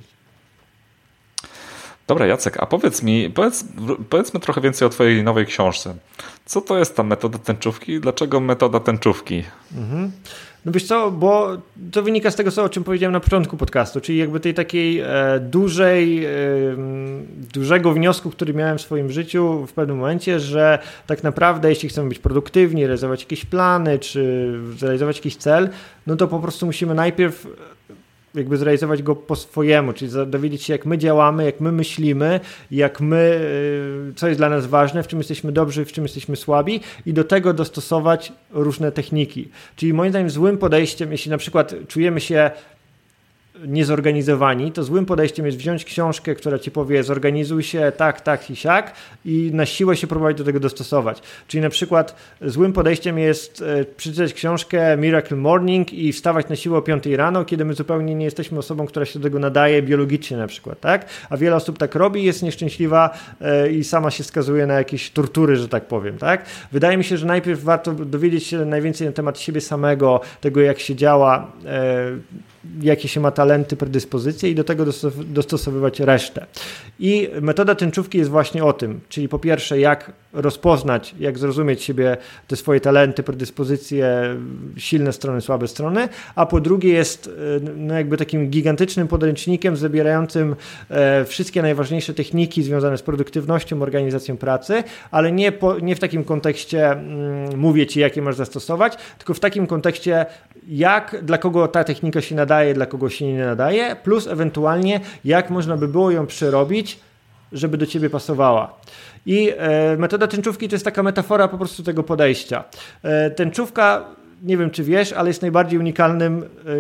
Dobra, Jacek, a powiedz mi, powiedz, powiedzmy trochę więcej o twojej nowej książce. Co to jest ta metoda tęczówki i dlaczego metoda tęczówki? Mhm. No wiesz co, bo to wynika z tego, co, o czym powiedziałem na początku podcastu, czyli jakby tej takiej e, dużej, e, dużego wniosku, który miałem w swoim życiu w pewnym momencie, że tak naprawdę jeśli chcemy być produktywni, realizować jakieś plany, czy zrealizować jakiś cel, no to po prostu musimy najpierw jakby zrealizować go po swojemu, czyli dowiedzieć się, jak my działamy, jak my myślimy, jak my, co jest dla nas ważne, w czym jesteśmy dobrzy, w czym jesteśmy słabi i do tego dostosować różne techniki. Czyli moim zdaniem złym podejściem, jeśli na przykład czujemy się niezorganizowani, to złym podejściem jest wziąć książkę, która ci powie zorganizuj się tak, tak i siak i na siłę się próbować do tego dostosować. Czyli na przykład złym podejściem jest przeczytać książkę Miracle Morning i wstawać na siłę o piątej rano, kiedy my zupełnie nie jesteśmy osobą, która się do tego nadaje biologicznie na przykład, tak? A wiele osób tak robi, jest nieszczęśliwa i sama się skazuje na jakieś tortury, że tak powiem, tak? Wydaje mi się, że najpierw warto dowiedzieć się najwięcej na temat siebie samego, tego jak się działa, jakie się ma talenty, predyspozycje i do tego dostosowywać resztę. I metoda tęczówki jest właśnie o tym, czyli po pierwsze jak rozpoznać, jak zrozumieć siebie, te swoje talenty, predyspozycje, silne strony, słabe strony, a po drugie jest no jakby takim gigantycznym podręcznikiem zawierającym e, wszystkie najważniejsze techniki związane z produktywnością, organizacją pracy, ale nie, po, nie w takim kontekście mm, mówię ci, jakie masz zastosować, tylko w takim kontekście, jak, dla kogo ta technika się nadaje, dla kogo się nie nadaje, plus ewentualnie jak można by było ją przerobić, żeby do ciebie pasowała. I e, metoda tęczówki to jest taka metafora po prostu tego podejścia. E, tęczówka, nie wiem czy wiesz, ale jest najbardziej unikalnym,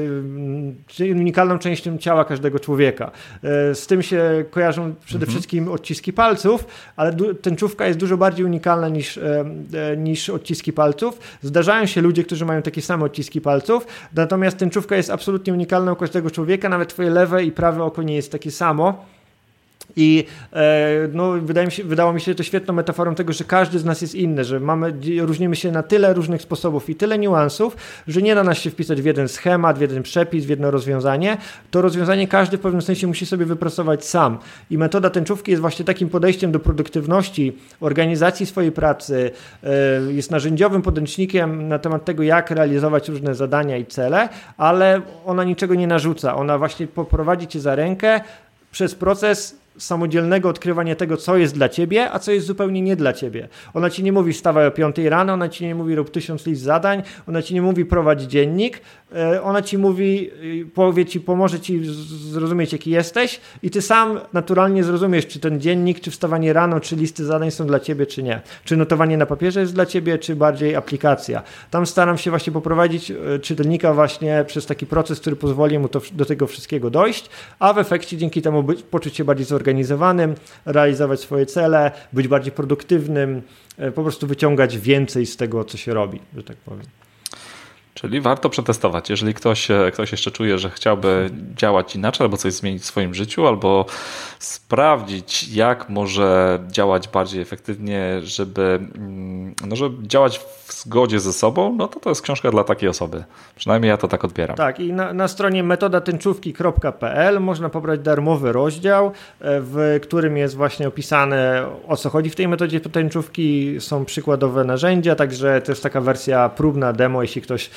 e, unikalną częścią ciała każdego człowieka. E, z tym się kojarzą przede mhm. wszystkim odciski palców, ale du- tęczówka jest dużo bardziej unikalna niż, e, e, niż odciski palców. Zdarzają się ludzie, którzy mają takie same odciski palców, natomiast tęczówka jest absolutnie unikalna u każdego człowieka, nawet twoje lewe i prawe oko nie jest takie samo. I no, wydaje mi się, wydało mi się to świetną metaforą tego, że każdy z nas jest inny, że mamy, różnimy się na tyle różnych sposobów i tyle niuansów, że nie da nas się wpisać w jeden schemat, w jeden przepis, w jedno rozwiązanie. To rozwiązanie każdy w pewnym sensie musi sobie wypracować sam. I metoda tęczówki jest właśnie takim podejściem do produktywności, organizacji swojej pracy, jest narzędziowym podręcznikiem na temat tego, jak realizować różne zadania i cele, ale ona niczego nie narzuca. Ona właśnie poprowadzi cię za rękę przez proces samodzielnego odkrywania tego, co jest dla ciebie, a co jest zupełnie nie dla ciebie. Ona ci nie mówi wstawaj o piątej rano, ona ci nie mówi rób tysiąc list zadań, ona ci nie mówi prowadź dziennik, ona ci mówi, powie ci, pomoże ci zrozumieć, jaki jesteś i ty sam naturalnie zrozumiesz, czy ten dziennik, czy wstawanie rano, czy listy zadań są dla ciebie, czy nie. Czy notowanie na papierze jest dla ciebie, czy bardziej aplikacja. Tam staram się właśnie poprowadzić czytelnika właśnie przez taki proces, który pozwoli mu to, do tego wszystkiego dojść, a w efekcie dzięki temu być, poczuć się bardziej zorganizowanym, realizować swoje cele, być bardziej produktywnym, po prostu wyciągać więcej z tego, co się robi, że tak powiem. Czyli warto przetestować. Jeżeli ktoś, ktoś jeszcze czuje, że chciałby działać inaczej, albo coś zmienić w swoim życiu, albo sprawdzić, jak może działać bardziej efektywnie, żeby, no, żeby działać w zgodzie ze sobą, no to to jest książka dla takiej osoby. Przynajmniej ja to tak odbieram. Tak, i na, na stronie metoda tęczówki kropka p l można pobrać darmowy rozdział, w którym jest właśnie opisane, o co chodzi w tej metodzie tęczówki. Są przykładowe narzędzia, także to jest taka wersja próbna, demo, jeśli ktoś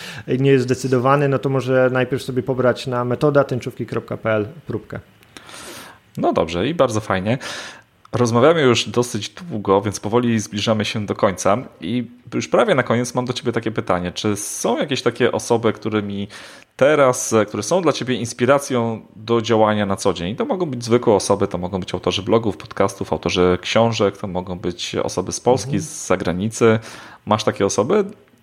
nie jest zdecydowany, no to może najpierw sobie pobrać na metoda tęczówki kropka p l próbkę. No dobrze i bardzo fajnie. Rozmawiamy już dosyć długo, więc powoli zbliżamy się do końca i już prawie na koniec mam do Ciebie takie pytanie. Czy są jakieś takie osoby, którymi teraz, które są dla Ciebie inspiracją do działania na co dzień? To mogą być zwykłe osoby, to mogą być autorzy blogów, podcastów, autorzy książek, to mogą być osoby z Polski, mhm. z zagranicy. Masz takie osoby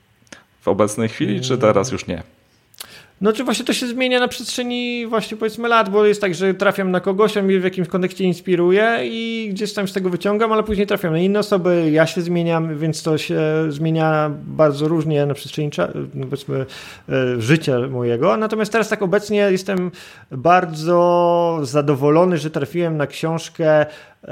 w obecnej chwili, czy teraz już nie? No czy właśnie to się zmienia na przestrzeni właśnie powiedzmy lat, bo jest tak, że trafiam na kogoś, on mnie w jakimś kontekście inspiruje i gdzieś tam z tego wyciągam, ale później trafiam na inne osoby, ja się zmieniam, więc to się zmienia bardzo różnie na przestrzeni powiedzmy życia mojego. Natomiast teraz tak obecnie jestem bardzo zadowolony, że trafiłem na książkę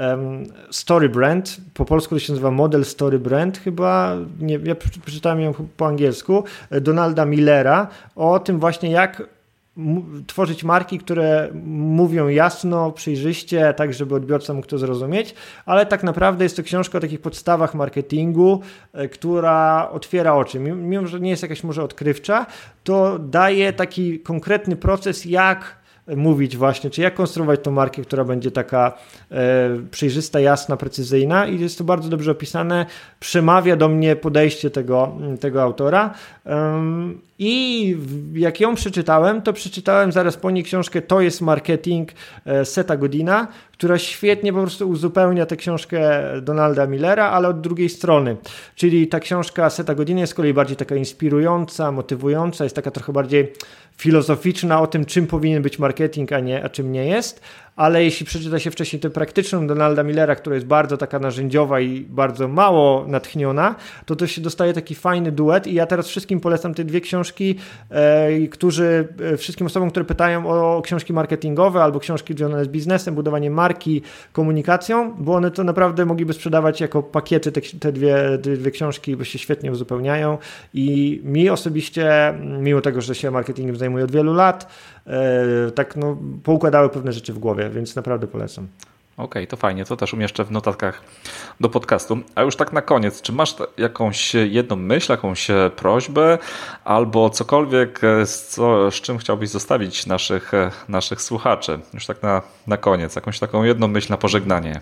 Story Brand, po polsku to się nazywa Model Story Brand chyba, nie, ja przeczytałem ją po angielsku, Donalda Millera, o tym właśnie jak m- tworzyć marki, które mówią jasno, przejrzyście, tak żeby odbiorca mógł to zrozumieć, ale tak naprawdę jest to książka o takich podstawach marketingu, e, która otwiera oczy, mimo że nie jest jakaś może odkrywcza, to daje taki konkretny proces, jak mówić właśnie, czy jak konstruować tą markę, która będzie taka e, przejrzysta, jasna, precyzyjna i jest to bardzo dobrze opisane, przemawia do mnie podejście tego, tego autora um, i jak ją przeczytałem, to przeczytałem zaraz po niej książkę To jest marketing e, Setha Godina, która świetnie po prostu uzupełnia tę książkę Donalda Millera, ale od drugiej strony, czyli ta książka Setha Godina jest z kolei bardziej taka inspirująca, motywująca, jest taka trochę bardziej filozoficzna o tym, czym powinien być marketing, a nie, a czym nie jest, ale jeśli przeczyta się wcześniej tę praktyczną Donalda Millera, która jest bardzo taka narzędziowa i bardzo mało natchniona, to to się dostaje taki fajny duet i ja teraz wszystkim polecam te dwie książki, e, którzy, e, wszystkim osobom, które pytają o książki marketingowe albo książki związane z biznesem, budowaniem marki, komunikacją, bo one to naprawdę mogliby sprzedawać jako pakiety te, te, dwie, te dwie książki, bo się świetnie uzupełniają i mi osobiście, mimo tego, że się marketingiem zajmuję od wielu lat, e, tak no, poukładały pewne rzeczy w głowie, więc naprawdę polecam. Okej, okay, to fajnie, to też umieszczę w notatkach do podcastu. A już tak na koniec, czy masz jakąś jedną myśl, jakąś prośbę albo cokolwiek, z, co, z czym chciałbyś zostawić naszych, naszych słuchaczy? Już tak na, na koniec, jakąś taką jedną myśl na pożegnanie.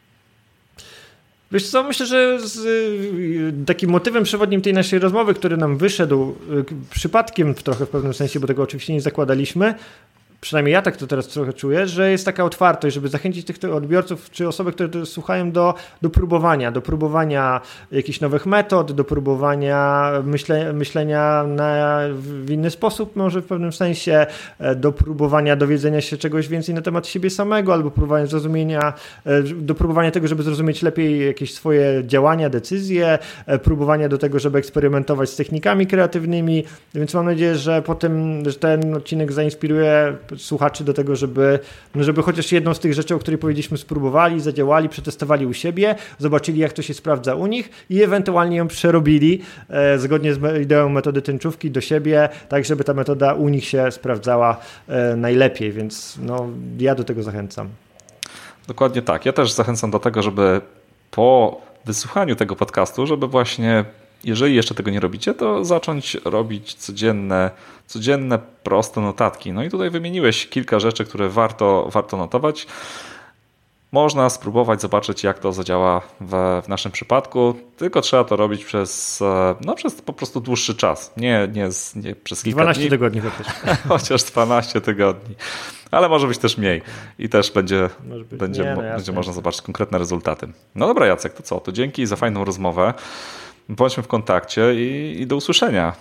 Wiesz co, myślę, że z, takim motywem przewodnim tej naszej rozmowy, który nam wyszedł przypadkiem trochę w pewnym sensie, bo tego oczywiście nie zakładaliśmy, przynajmniej ja tak to teraz trochę czuję, że jest taka otwartość, żeby zachęcić tych odbiorców czy osoby, które to słuchają do, do próbowania, do próbowania jakichś nowych metod, do próbowania myśle, myślenia na, w inny sposób, może w pewnym sensie, do próbowania dowiedzenia się czegoś więcej na temat siebie samego, albo próbowania zrozumienia, do próbowania tego, żeby zrozumieć lepiej jakieś swoje działania, decyzje, próbowania do tego, żeby eksperymentować z technikami kreatywnymi, więc mam nadzieję, że po tym, że ten odcinek zainspiruje słuchaczy do tego, żeby, no żeby chociaż jedną z tych rzeczy, o której powiedzieliśmy, spróbowali, zadziałali, przetestowali u siebie, zobaczyli, jak to się sprawdza u nich i ewentualnie ją przerobili e, zgodnie z ideą metody tęczówki do siebie, tak żeby ta metoda u nich się sprawdzała e, najlepiej, więc no, ja do tego zachęcam. Dokładnie tak. Ja też zachęcam do tego, żeby po wysłuchaniu tego podcastu, żeby właśnie, jeżeli jeszcze tego nie robicie, to zacząć robić codzienne, codzienne proste notatki. No i tutaj wymieniłeś kilka rzeczy, które warto, warto notować. Można spróbować zobaczyć, jak to zadziała w, w naszym przypadku, tylko trzeba to robić przez, no, przez po prostu dłuższy czas, nie, nie, nie przez kilka dwanaście dni. tygodni chociaż. Chociaż dwanaście tygodni, ale może być też mniej i też będzie, będzie, nie, no będzie można zobaczyć konkretne rezultaty. No dobra, Jacek, to co? To dzięki za fajną rozmowę. Bądźmy w kontakcie i, i do usłyszenia.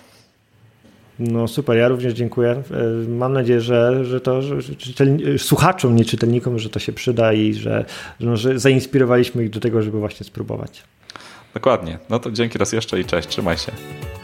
No super, ja również dziękuję. Mam nadzieję, że, że to że czytelni- słuchaczom, nie czytelnikom, że to się przyda i że, że, że zainspirowaliśmy ich do tego, żeby właśnie spróbować. Dokładnie. No to dzięki raz jeszcze i cześć. Trzymaj się.